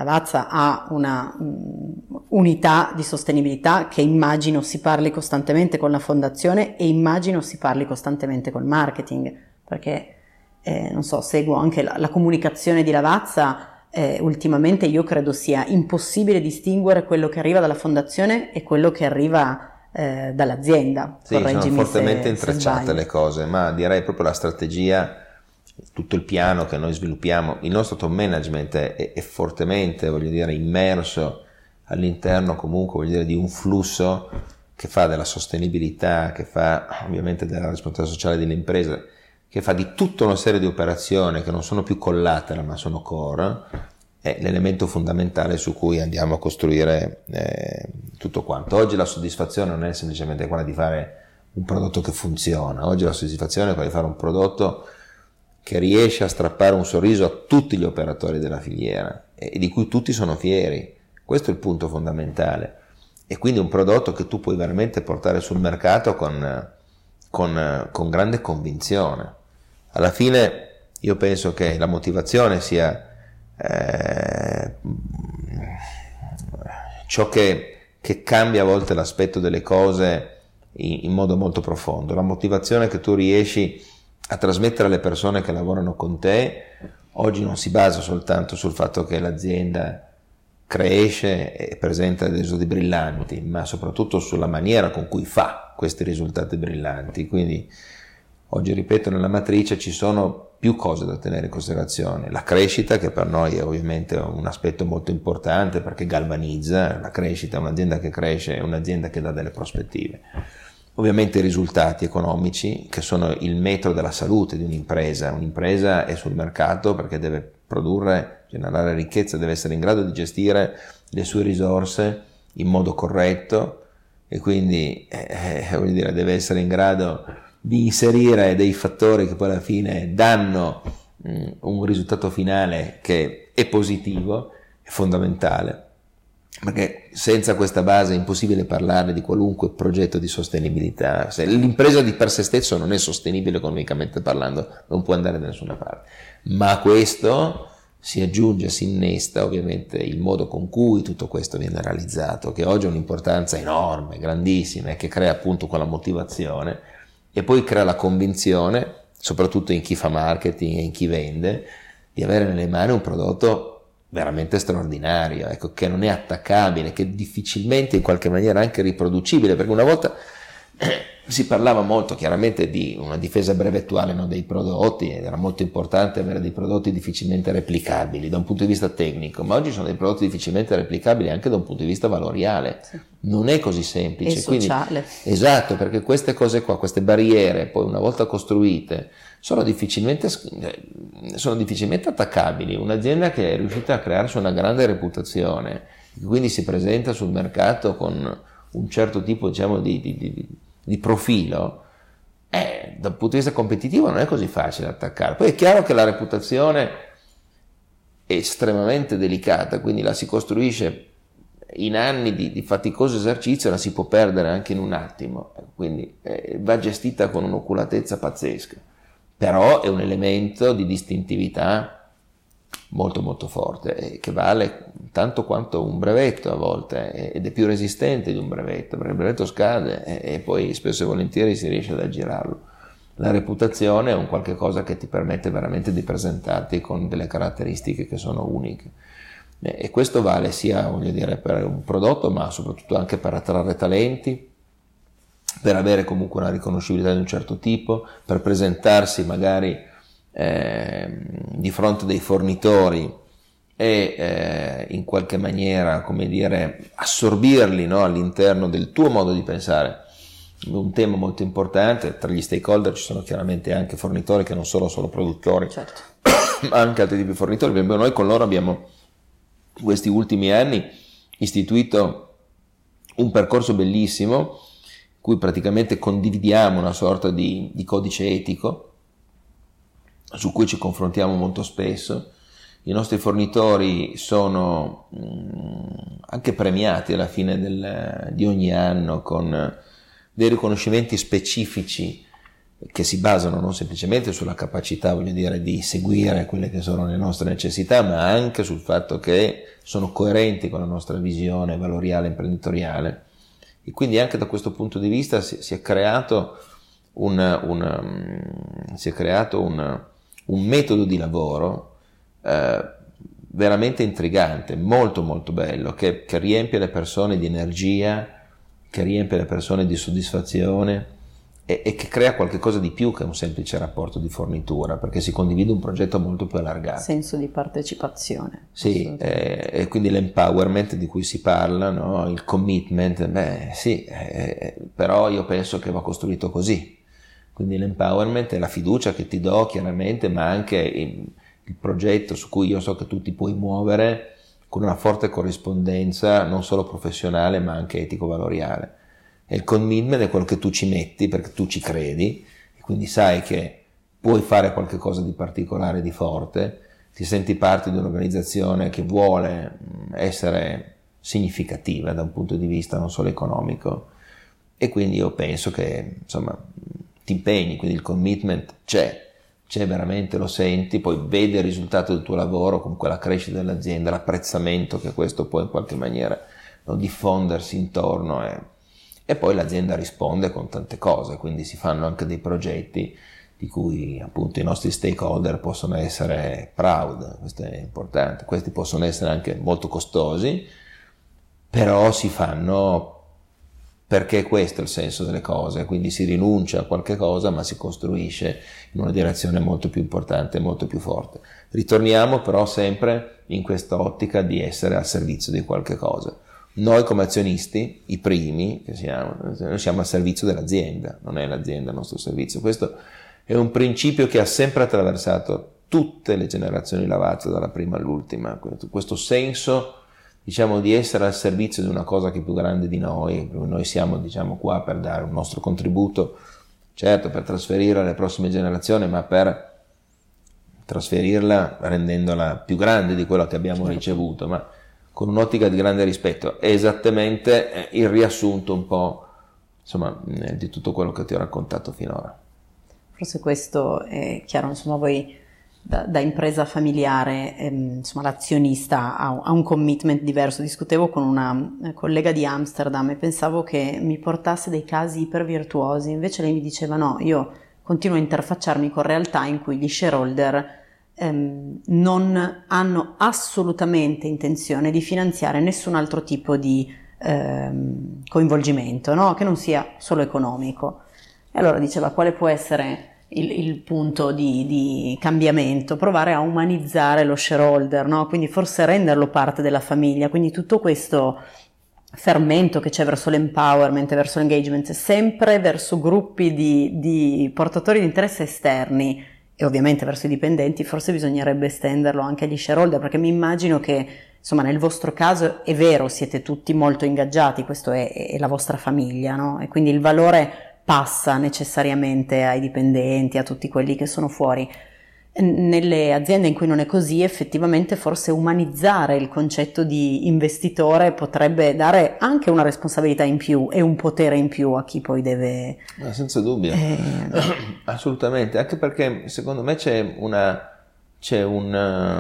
Lavazza ha una um, unità di sostenibilità che immagino si parli costantemente con la fondazione e immagino si parli costantemente col marketing, perché eh, non so, seguo anche la, la comunicazione di Lavazza, eh, ultimamente io credo sia impossibile distinguere quello che arriva dalla fondazione e quello che arriva eh, dall'azienda. Sì, sono fortemente se, intrecciate se le cose, ma direi proprio la strategia, tutto il piano che noi sviluppiamo, il nostro top management è, è fortemente, voglio dire, immerso all'interno comunque, voglio dire, di un flusso che fa della sostenibilità, che fa ovviamente della responsabilità sociale delle imprese, che fa di tutta una serie di operazioni che non sono più collateral ma sono core, è l'elemento fondamentale su cui andiamo a costruire eh, tutto quanto. Oggi la soddisfazione non è semplicemente quella di fare un prodotto che funziona, oggi la soddisfazione è quella di fare un prodotto che riesce a strappare un sorriso a tutti gli operatori della filiera e di cui tutti sono fieri. Questo è il punto fondamentale, e quindi un prodotto che tu puoi veramente portare sul mercato con, con, con grande convinzione. Alla fine io penso che la motivazione sia eh, ciò che, che cambia a volte l'aspetto delle cose in, in modo molto profondo. La motivazione che tu riesci a trasmettere alle persone che lavorano con te oggi non si basa soltanto sul fatto che l'azienda cresce e presenta dei risultati brillanti, ma soprattutto sulla maniera con cui fa questi risultati brillanti. Quindi oggi, ripeto, nella matrice ci sono più cose da tenere in considerazione. La crescita, che per noi è ovviamente un aspetto molto importante perché galvanizza. La crescita, un'azienda che cresce è un'azienda che dà delle prospettive. Ovviamente i risultati economici, che sono il metro della salute di un'impresa. Un'impresa è sul mercato perché deve produrre, generare ricchezza, deve essere in grado di gestire le sue risorse in modo corretto e quindi eh, voglio dire, deve essere in grado di inserire dei fattori che poi alla fine danno mh, un risultato finale che è positivo, è fondamentale. Perché senza questa base è impossibile parlare di qualunque progetto di sostenibilità. Se l'impresa di per sé stesso non è sostenibile economicamente parlando, non può andare da nessuna parte. Ma a questo si aggiunge, si innesta ovviamente il modo con cui tutto questo viene realizzato, che oggi ha un'importanza enorme, grandissima, e che crea appunto quella motivazione e poi crea la convinzione, soprattutto in chi fa marketing e in chi vende, di avere nelle mani un prodotto veramente straordinario, ecco, che non è attaccabile, che è difficilmente in qualche maniera anche riproducibile, perché una volta eh, si parlava molto chiaramente di una difesa brevettuale, no, dei prodotti, ed era molto importante avere dei prodotti difficilmente replicabili da un punto di vista tecnico, ma oggi sono dei prodotti difficilmente replicabili anche da un punto di vista valoriale. Sì. Non è così semplice. E sociale. Quindi, esatto, perché queste cose qua, queste barriere, poi una volta costruite, sono difficilmente, sono difficilmente attaccabili. Un'azienda che è riuscita a crearsi una grande reputazione, quindi si presenta sul mercato con un certo tipo, diciamo, di, di, di, di profilo, eh, dal punto di vista competitivo non è così facile attaccare. Poi è chiaro che la reputazione è estremamente delicata, quindi la si costruisce in anni di, di faticoso esercizio, la si può perdere anche in un attimo, quindi eh, va gestita con un'oculatezza pazzesca. Però è un elemento di distintività molto molto forte, eh, che vale tanto quanto un brevetto a volte, eh, ed è più resistente di un brevetto, perché il brevetto scade eh, e poi spesso e volentieri si riesce ad aggirarlo. La reputazione è un qualche cosa che ti permette veramente di presentarti con delle caratteristiche che sono uniche, eh, e questo vale sia, voglio dire, per un prodotto, ma soprattutto anche per attrarre talenti, per avere comunque una riconoscibilità di un certo tipo, per presentarsi magari eh, di fronte dei fornitori e eh, in qualche maniera, come dire, assorbirli, no, all'interno del tuo modo di pensare. Un tema molto importante, tra gli stakeholder ci sono chiaramente anche fornitori che non sono solo produttori, certo, ma anche altri tipi di fornitori. Noi con loro abbiamo in questi ultimi anni istituito un percorso bellissimo, cui praticamente condividiamo una sorta di, di codice etico su cui ci confrontiamo molto spesso. I nostri fornitori sono mh, anche premiati alla fine del, di ogni anno con dei riconoscimenti specifici che si basano non semplicemente sulla capacità, voglio dire, di seguire quelle che sono le nostre necessità, ma anche sul fatto che sono coerenti con la nostra visione valoriale imprenditoriale. E quindi anche da questo punto di vista si, si è creato un, un, si è creato un, un metodo di lavoro eh, veramente intrigante, molto molto bello, che, che riempie le persone di energia, che riempie le persone di soddisfazione e, e che crea qualcosa di più che un semplice rapporto di fornitura, perché si condivide un progetto molto più allargato. Senso di partecipazione. Sì, eh, e quindi l'empowerment di cui si parla, no? Il commitment, beh sì, eh, però io penso che va costruito così. Quindi l'empowerment è la fiducia che ti do chiaramente, ma anche il, il progetto su cui io so che tu ti puoi muovere con una forte corrispondenza non solo professionale ma anche etico-valoriale. E il commitment è quello che tu ci metti perché tu ci credi e quindi sai che puoi fare qualcosa di particolare, di forte, ti senti parte di un'organizzazione che vuole essere significativa da un punto di vista non solo economico e quindi io penso che insomma ti impegni, quindi il commitment c'è, c'è veramente, lo senti, poi vedi il risultato del tuo lavoro, comunque la crescita dell'azienda, l'apprezzamento che questo può in qualche maniera no, diffondersi intorno e, e poi l'azienda risponde con tante cose, quindi si fanno anche dei progetti di cui appunto i nostri stakeholder possono essere proud, questo è importante, questi possono essere anche molto costosi, però si fanno perché questo è il senso delle cose, quindi si rinuncia a qualche cosa ma si costruisce in una direzione molto più importante, molto più forte. Ritorniamo però sempre in questa ottica di essere al servizio di qualche cosa. Noi come azionisti, i primi che siamo, noi siamo al servizio dell'azienda, non è l'azienda il nostro servizio. Questo è un principio che ha sempre attraversato tutte le generazioni Lavazza, dalla prima all'ultima, questo senso diciamo di essere al servizio di una cosa che è più grande di noi. Noi siamo diciamo qua per dare un nostro contributo, certo per trasferire alle prossime generazioni, ma per trasferirla rendendola più grande di quello che abbiamo certo. ricevuto, ma con un'ottica di grande rispetto. È esattamente il riassunto un po' insomma di tutto quello che ti ho raccontato finora. Forse questo è chiaro, insomma voi da, da impresa familiare, ehm, insomma l'azionista ha, ha un commitment diverso. Discutevo con una collega di Amsterdam e pensavo che mi portasse dei casi ipervirtuosi, invece lei mi diceva no, io continuo a interfacciarmi con realtà in cui gli shareholder ehm, non hanno assolutamente intenzione di finanziare nessun altro tipo di ehm, coinvolgimento, no? Che non sia solo economico. E allora diceva quale può essere Il, il punto di, di cambiamento, provare a umanizzare lo shareholder, no? Quindi forse renderlo parte della famiglia, quindi tutto questo fermento che c'è verso l'empowerment, verso l'engagement, sempre verso gruppi di, di portatori di interesse esterni e ovviamente verso i dipendenti, forse bisognerebbe estenderlo anche agli shareholder, perché mi immagino che insomma nel vostro caso è vero, siete tutti molto ingaggiati, questo è, è la vostra famiglia, no? E quindi il valore passa necessariamente ai dipendenti, a tutti quelli che sono fuori. Nelle aziende in cui non è così, effettivamente forse umanizzare il concetto di investitore potrebbe dare anche una responsabilità in più e un potere in più a chi poi deve... Ma senza dubbio, eh... assolutamente, anche perché secondo me c'è una c'è un,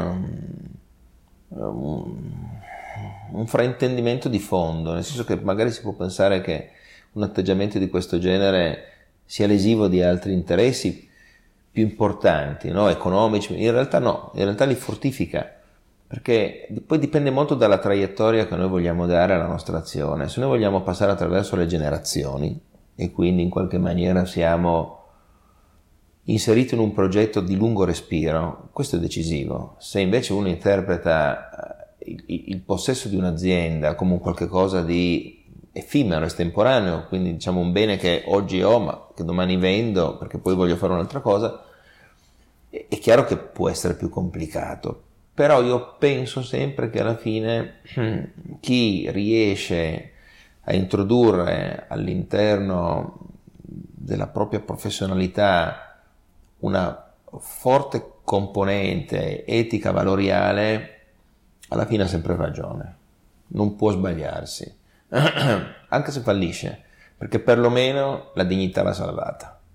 un, un fraintendimento di fondo, nel senso che magari si può pensare che un atteggiamento di questo genere sia lesivo di altri interessi più importanti, no? Economici. In realtà no, in realtà li fortifica, perché poi dipende molto dalla traiettoria che noi vogliamo dare alla nostra azione. Se noi vogliamo passare attraverso le generazioni e quindi in qualche maniera siamo inseriti in un progetto di lungo respiro, questo è decisivo. Se invece uno interpreta il, il possesso di un'azienda come un qualche cosa di effimero, estemporaneo, quindi diciamo un bene che oggi ho ma che domani vendo perché poi voglio fare un'altra cosa, è chiaro che può essere più complicato, però io penso sempre che alla fine chi riesce a introdurre all'interno della propria professionalità una forte componente etica valoriale alla fine ha sempre ragione, non può sbagliarsi anche se fallisce, perché perlomeno la dignità va salvata.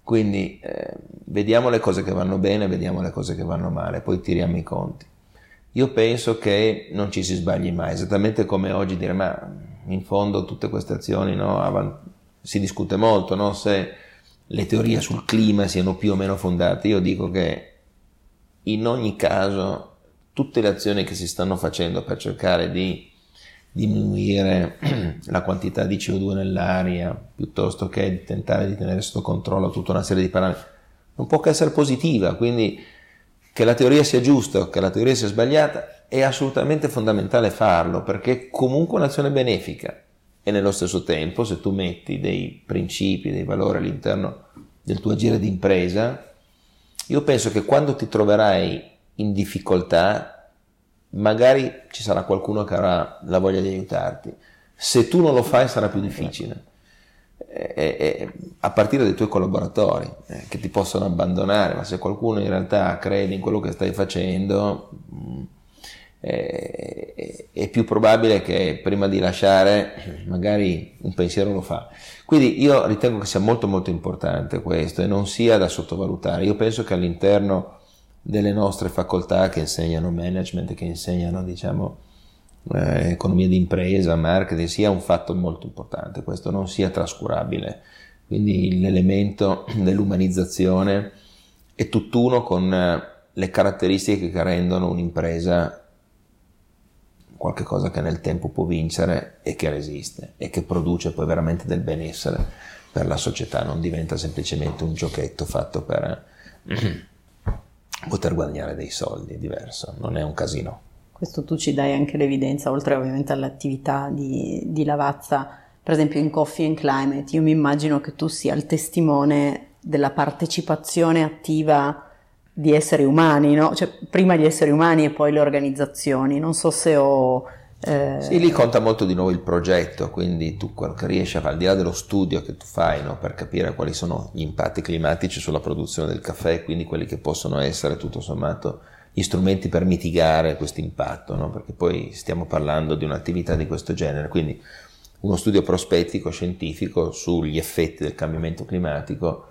Quindi eh, vediamo le cose che vanno bene, vediamo le cose che vanno male, poi tiriamo i conti. Io penso che non ci si sbagli mai, esattamente come oggi dire, ma in fondo tutte queste azioni, no, avanti, si discute molto, no, se le teorie sul clima siano più o meno fondate. Io dico che in ogni caso tutte le azioni che si stanno facendo per cercare di diminuire la quantità di C O due nell'aria, piuttosto che di tentare di tenere sotto controllo tutta una serie di parametri, non può che essere positiva. Quindi che la teoria sia giusta o che la teoria sia sbagliata è assolutamente fondamentale farlo, perché è comunque un'azione benefica. E nello stesso tempo, se tu metti dei principi, dei valori all'interno del tuo agire di impresa, io penso che quando ti troverai in difficoltà magari ci sarà qualcuno che avrà la voglia di aiutarti. Se tu non lo fai sarà più difficile, e, e, a partire dai tuoi collaboratori eh, che ti possono abbandonare, ma se qualcuno in realtà crede in quello che stai facendo mh, è, è più probabile che prima di lasciare magari un pensiero lo fa. Quindi io ritengo che sia molto molto importante questo e non sia da sottovalutare. Io penso che all'interno delle nostre facoltà che insegnano management, che insegnano diciamo eh, economia di impresa, marketing, sia un fatto molto importante, questo non sia trascurabile. Quindi l'elemento dell'umanizzazione è tutt'uno con le caratteristiche che rendono un'impresa qualche cosa che nel tempo può vincere e che resiste e che produce poi veramente del benessere per la società, non diventa semplicemente un giochetto fatto per poter guadagnare dei soldi. È diverso, non è un casino. Questo tu ci dai anche l'evidenza, oltre ovviamente all'attività di, di Lavazza, per esempio in Coffee and Climate. Io mi immagino che tu sia il testimone della partecipazione attiva di esseri umani, no? Cioè prima gli esseri umani e poi le organizzazioni. Non so se ho... Eh... Sì, lì conta molto di nuovo il progetto, quindi tu quello che riesci a fare, al di là dello studio che tu fai, no, per capire quali sono gli impatti climatici sulla produzione del caffè, quindi quelli che possono essere tutto sommato gli strumenti per mitigare questo impatto, no? Perché poi stiamo parlando di un'attività di questo genere, quindi uno studio prospettico, scientifico sugli effetti del cambiamento climatico,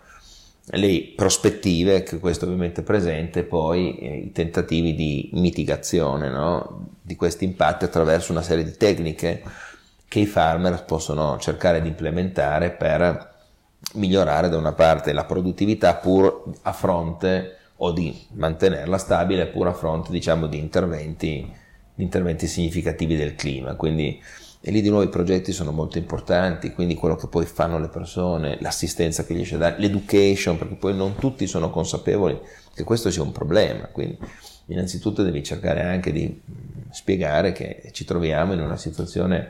le prospettive che questo ovviamente presenta, e poi eh, i tentativi di mitigazione, no, di questi impatti attraverso una serie di tecniche che i farmer possono cercare di implementare per migliorare da una parte la produttività pur a fronte, o di mantenerla stabile pur a fronte diciamo di interventi, di interventi significativi del clima. Quindi e lì di nuovo i progetti sono molto importanti, quindi quello che poi fanno le persone, l'assistenza che riesce a dare, l'education, perché poi non tutti sono consapevoli che questo sia un problema. Quindi innanzitutto devi cercare anche di spiegare che ci troviamo in una situazione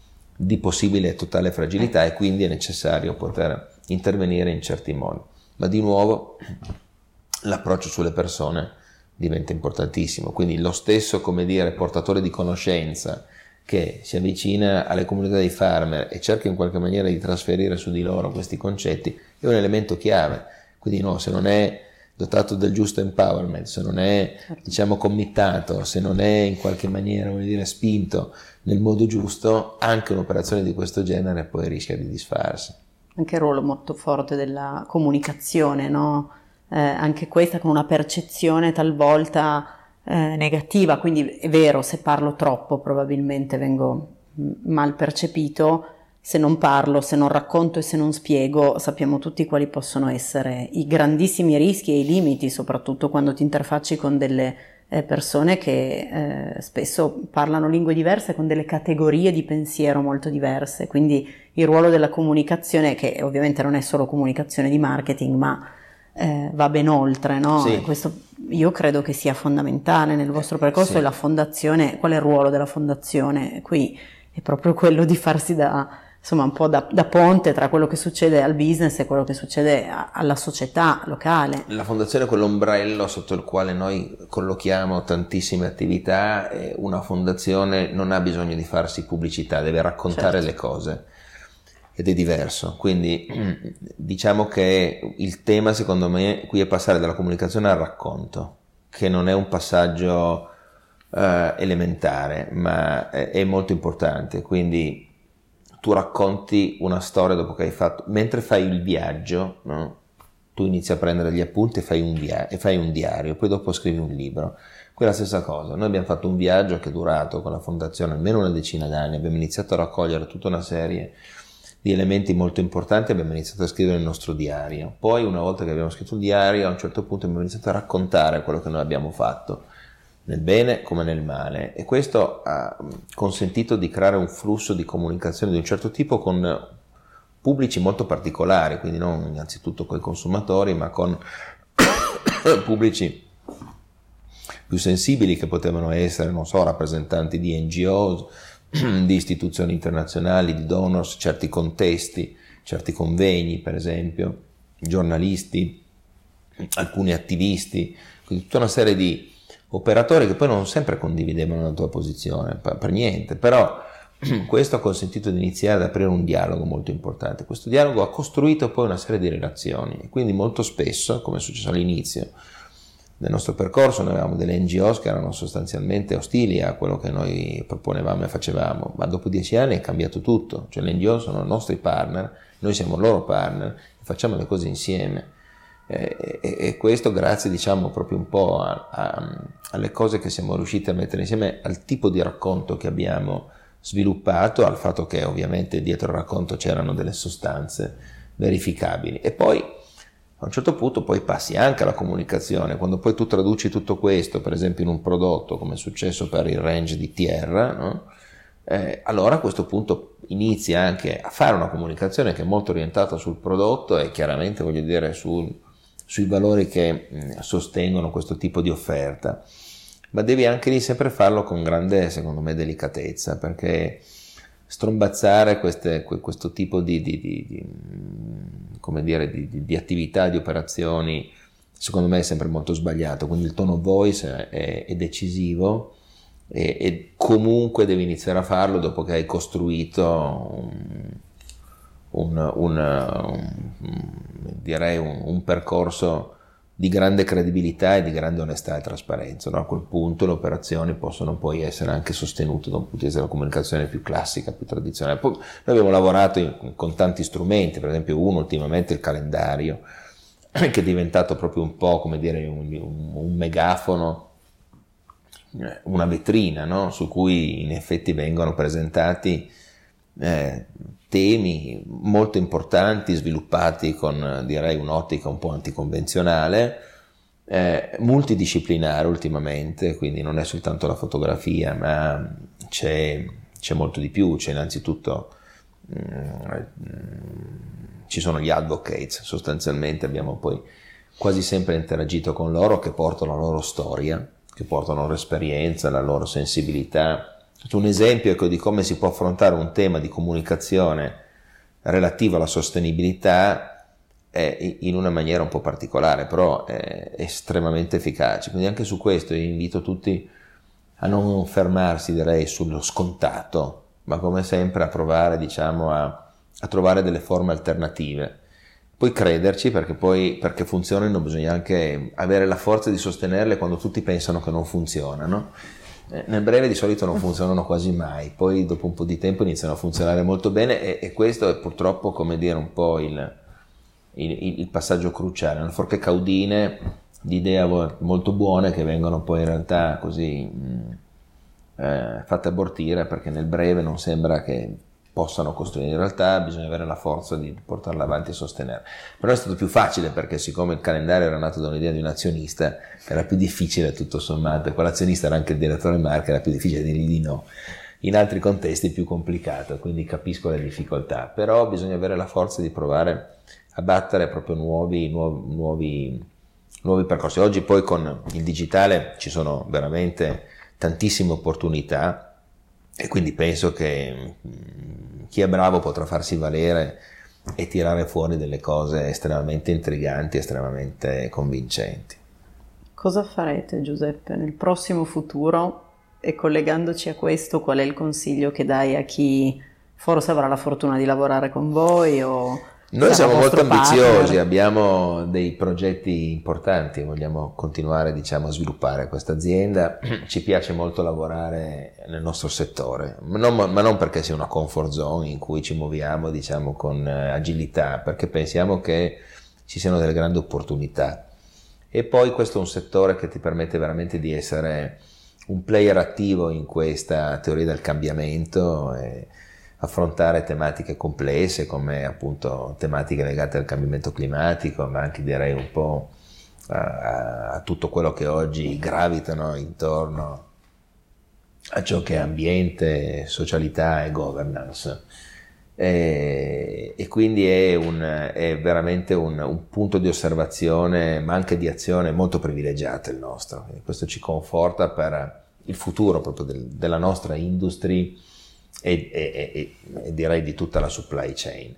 di possibile totale fragilità e quindi è necessario poter intervenire in certi modi. Ma di nuovo l'approccio sulle persone diventa importantissimo, quindi lo stesso, come dire, portatore di conoscenza che si avvicina alle comunità dei farmer e cerca in qualche maniera di trasferire su di loro questi concetti è un elemento chiave. Quindi no, se non è dotato del giusto empowerment, se non è diciamo committato, se non è in qualche maniera, vuol dire, spinto nel modo giusto, anche un'operazione di questo genere poi rischia di disfarsi. Anche il ruolo molto forte della comunicazione, no? Eh, anche questa con una percezione talvolta Eh, negativa, quindi è vero, se parlo troppo probabilmente vengo mal percepito, se non parlo, se non racconto e se non spiego, sappiamo tutti quali possono essere i grandissimi rischi e i limiti, soprattutto quando ti interfacci con delle eh, persone che eh, spesso parlano lingue diverse, con delle categorie di pensiero molto diverse. Quindi il ruolo della comunicazione, che ovviamente non è solo comunicazione di marketing, ma Eh, va ben oltre, no? Sì. Questo io credo che sia fondamentale nel vostro percorso. Sì. E la fondazione, qual è il ruolo della fondazione? Qui è proprio quello di farsi da, insomma, un po' da, da ponte tra quello che succede al business e quello che succede a, alla società locale. La fondazione è quell'ombrello sotto il quale noi collochiamo tantissime attività, e una fondazione non ha bisogno di farsi pubblicità, deve raccontare certo. le cose. Ed è diverso, quindi diciamo che il tema secondo me qui è passare dalla comunicazione al racconto, che non è un passaggio eh, elementare, ma è, è molto importante. Quindi tu racconti una storia dopo che hai fatto, mentre fai il viaggio, no? tu inizi a prendere gli appunti e fai un, via- e fai un diario, poi dopo scrivi un libro. Qui è la stessa cosa, noi abbiamo fatto un viaggio che è durato con la fondazione almeno una decina d'anni, abbiamo iniziato a raccogliere tutta una serie di elementi molto importanti, abbiamo iniziato a scrivere il nostro diario, poi una volta che abbiamo scritto il diario a un certo punto abbiamo iniziato a raccontare quello che noi abbiamo fatto, nel bene come nel male, e questo ha consentito di creare un flusso di comunicazione di un certo tipo con pubblici molto particolari, quindi non innanzitutto con i consumatori, ma con pubblici più sensibili che potevano essere, non so, rappresentanti di N G O, di istituzioni internazionali, di donors, certi contesti, certi convegni per esempio, giornalisti, alcuni attivisti, quindi tutta una serie di operatori che poi non sempre condividevano la tua posizione, per, per niente, però questo ha consentito di iniziare ad aprire un dialogo molto importante. Questo dialogo ha costruito poi una serie di relazioni e quindi molto spesso, come è successo all'inizio del nostro percorso, noi avevamo delle N G O che erano sostanzialmente ostili a quello che noi proponevamo e facevamo, ma dopo dieci anni è cambiato tutto, cioè le N G O sono i nostri partner, noi siamo loro partner e facciamo le cose insieme. E, e, e questo grazie, diciamo, proprio un po' a, a, alle cose che siamo riusciti a mettere insieme, al tipo di racconto che abbiamo sviluppato, al fatto che ovviamente dietro il racconto c'erano delle sostanze verificabili. E poi a un certo punto poi passi anche alla comunicazione, quando poi tu traduci tutto questo per esempio in un prodotto, come è successo per il range di Tierra, no? Eh, allora a questo punto inizi anche a fare una comunicazione che è molto orientata sul prodotto e chiaramente, voglio dire, sul, sui valori che mh, sostengono questo tipo di offerta, ma devi anche lì sempre farlo con grande, secondo me, delicatezza, perché strombazzare queste, questo tipo di, di, di, di, come dire, di, di, di attività, di operazioni, secondo me è sempre molto sbagliato, quindi il tone of voice è, è decisivo e, e comunque devi iniziare a farlo dopo che hai costruito un, un, un, un, direi un, un percorso di grande credibilità e di grande onestà e trasparenza, no? A quel punto le operazioni possono poi essere anche sostenute da un punto di vista della comunicazione più classica, più tradizionale. Poi noi abbiamo lavorato in, con tanti strumenti, per esempio uno ultimamente il calendario, che è diventato proprio un po', come dire, un, un, un megafono, una vetrina, no? Su cui in effetti vengono presentati eh, temi molto importanti, sviluppati con, direi, un'ottica un po' anticonvenzionale, eh, multidisciplinare ultimamente, quindi non è soltanto la fotografia, ma c'è, c'è molto di più. C'è innanzitutto, mh, ci sono gli advocates, sostanzialmente abbiamo poi quasi sempre interagito con loro, che portano la loro storia, che portano la loro esperienza, la loro sensibilità. Un esempio, ecco, di come si può affrontare un tema di comunicazione relativo alla sostenibilità è in una maniera un po' particolare, però è estremamente efficace. Quindi anche su questo io invito tutti a non fermarsi, direi, sullo scontato, ma come sempre a provare, diciamo, a, a trovare delle forme alternative. Poi crederci, perché poi perché funzionino bisogna anche avere la forza di sostenerle quando tutti pensano che non funzionano. Nel breve di solito non funzionano quasi mai, poi dopo un po' di tempo iniziano a funzionare molto bene e, e questo è purtroppo, come dire, un po' il, il, il passaggio cruciale, una forche caudine di idee molto buone che vengono poi in realtà così mh, eh, fatte abortire, perché nel breve non sembra che possano costruire. In realtà bisogna avere la forza di portarla avanti e sostenere. Però è stato più facile, perché siccome il calendario era nato da un'idea di un azionista, era più difficile tutto sommato, e quell'azionista era anche il direttore marca, era più difficile dirgli di no. In altri contesti è più complicato, quindi capisco le difficoltà, però bisogna avere la forza di provare a battere proprio nuovi, nuovi, nuovi, nuovi percorsi. Oggi poi con il digitale ci sono veramente tantissime opportunità, e quindi penso che chi è bravo potrà farsi valere e tirare fuori delle cose estremamente intriganti, estremamente convincenti. Cosa farete, Giuseppe, nel prossimo futuro? E collegandoci a questo, qual è il consiglio che dai a chi forse avrà la fortuna di lavorare con voi o Noi siamo molto ambiziosi, partner? abbiamo dei progetti importanti, vogliamo continuare, diciamo, a sviluppare questa azienda, ci piace molto lavorare nel nostro settore, ma non, ma non perché sia una comfort zone in cui ci muoviamo, diciamo, con agilità, perché pensiamo che ci ci siano delle grandi opportunità. E poi questo è un settore che ti permette veramente di essere un player attivo in questa teoria del cambiamento e affrontare tematiche complesse come appunto tematiche legate al cambiamento climatico, ma anche direi un po' a, a tutto quello che oggi gravitano intorno a ciò che è ambiente, socialità e governance. E, e quindi è, un, è veramente un, un punto di osservazione ma anche di azione molto privilegiato il nostro, e questo ci conforta per il futuro proprio del, della nostra industria e, e, e, e direi di tutta la supply chain.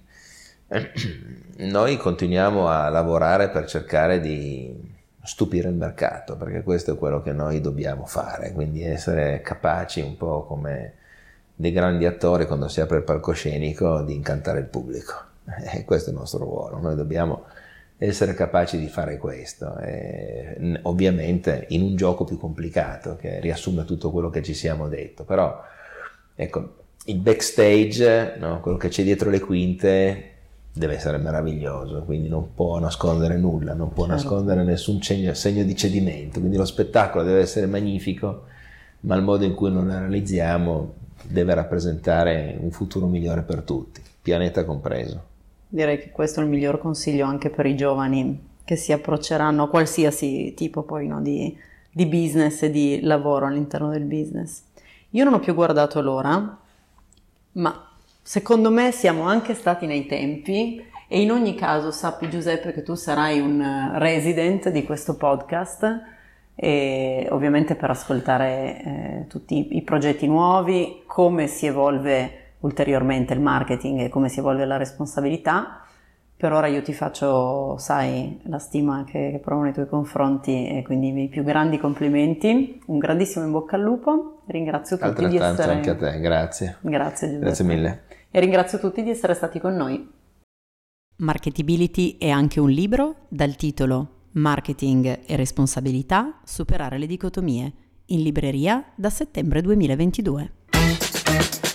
Noi continuiamo a lavorare per cercare di stupire il mercato, perché questo è quello che noi dobbiamo fare, quindi essere capaci un po' come dei grandi attori quando si apre il palcoscenico di incantare il pubblico, e questo è il nostro ruolo, noi dobbiamo essere capaci di fare questo, e ovviamente in un gioco più complicato che riassume tutto quello che ci siamo detto, però ecco, il backstage, no, quello che c'è dietro le quinte deve essere meraviglioso, quindi non può nascondere nulla, non può certo. nascondere nessun segno, segno di cedimento, quindi lo spettacolo deve essere magnifico, ma il modo in cui non lo realizziamo deve rappresentare un futuro migliore per tutti, pianeta compreso. Direi che questo è il miglior consiglio anche per i giovani che si approcceranno a qualsiasi tipo poi no, di, di business e di lavoro all'interno del business. Io non ho più guardato l'ora, ma secondo me siamo anche stati nei tempi, e in ogni caso sappi Giuseppe che tu sarai un resident di questo podcast, e ovviamente per ascoltare eh, tutti i progetti nuovi, come si evolve ulteriormente il marketing e come si evolve la responsabilità. Per ora io ti faccio, sai, la stima che, che provo nei tuoi confronti, e quindi i miei più grandi complimenti, un grandissimo in bocca al lupo, ringrazio tutti Altrettanto di essere... anche a te, grazie. Grazie Giuseppe. Grazie mille. E ringrazio tutti di essere stati con noi. Marketability è anche un libro dal titolo Marketing e responsabilità, superare le dicotomie, in libreria da settembre duemilaventidue.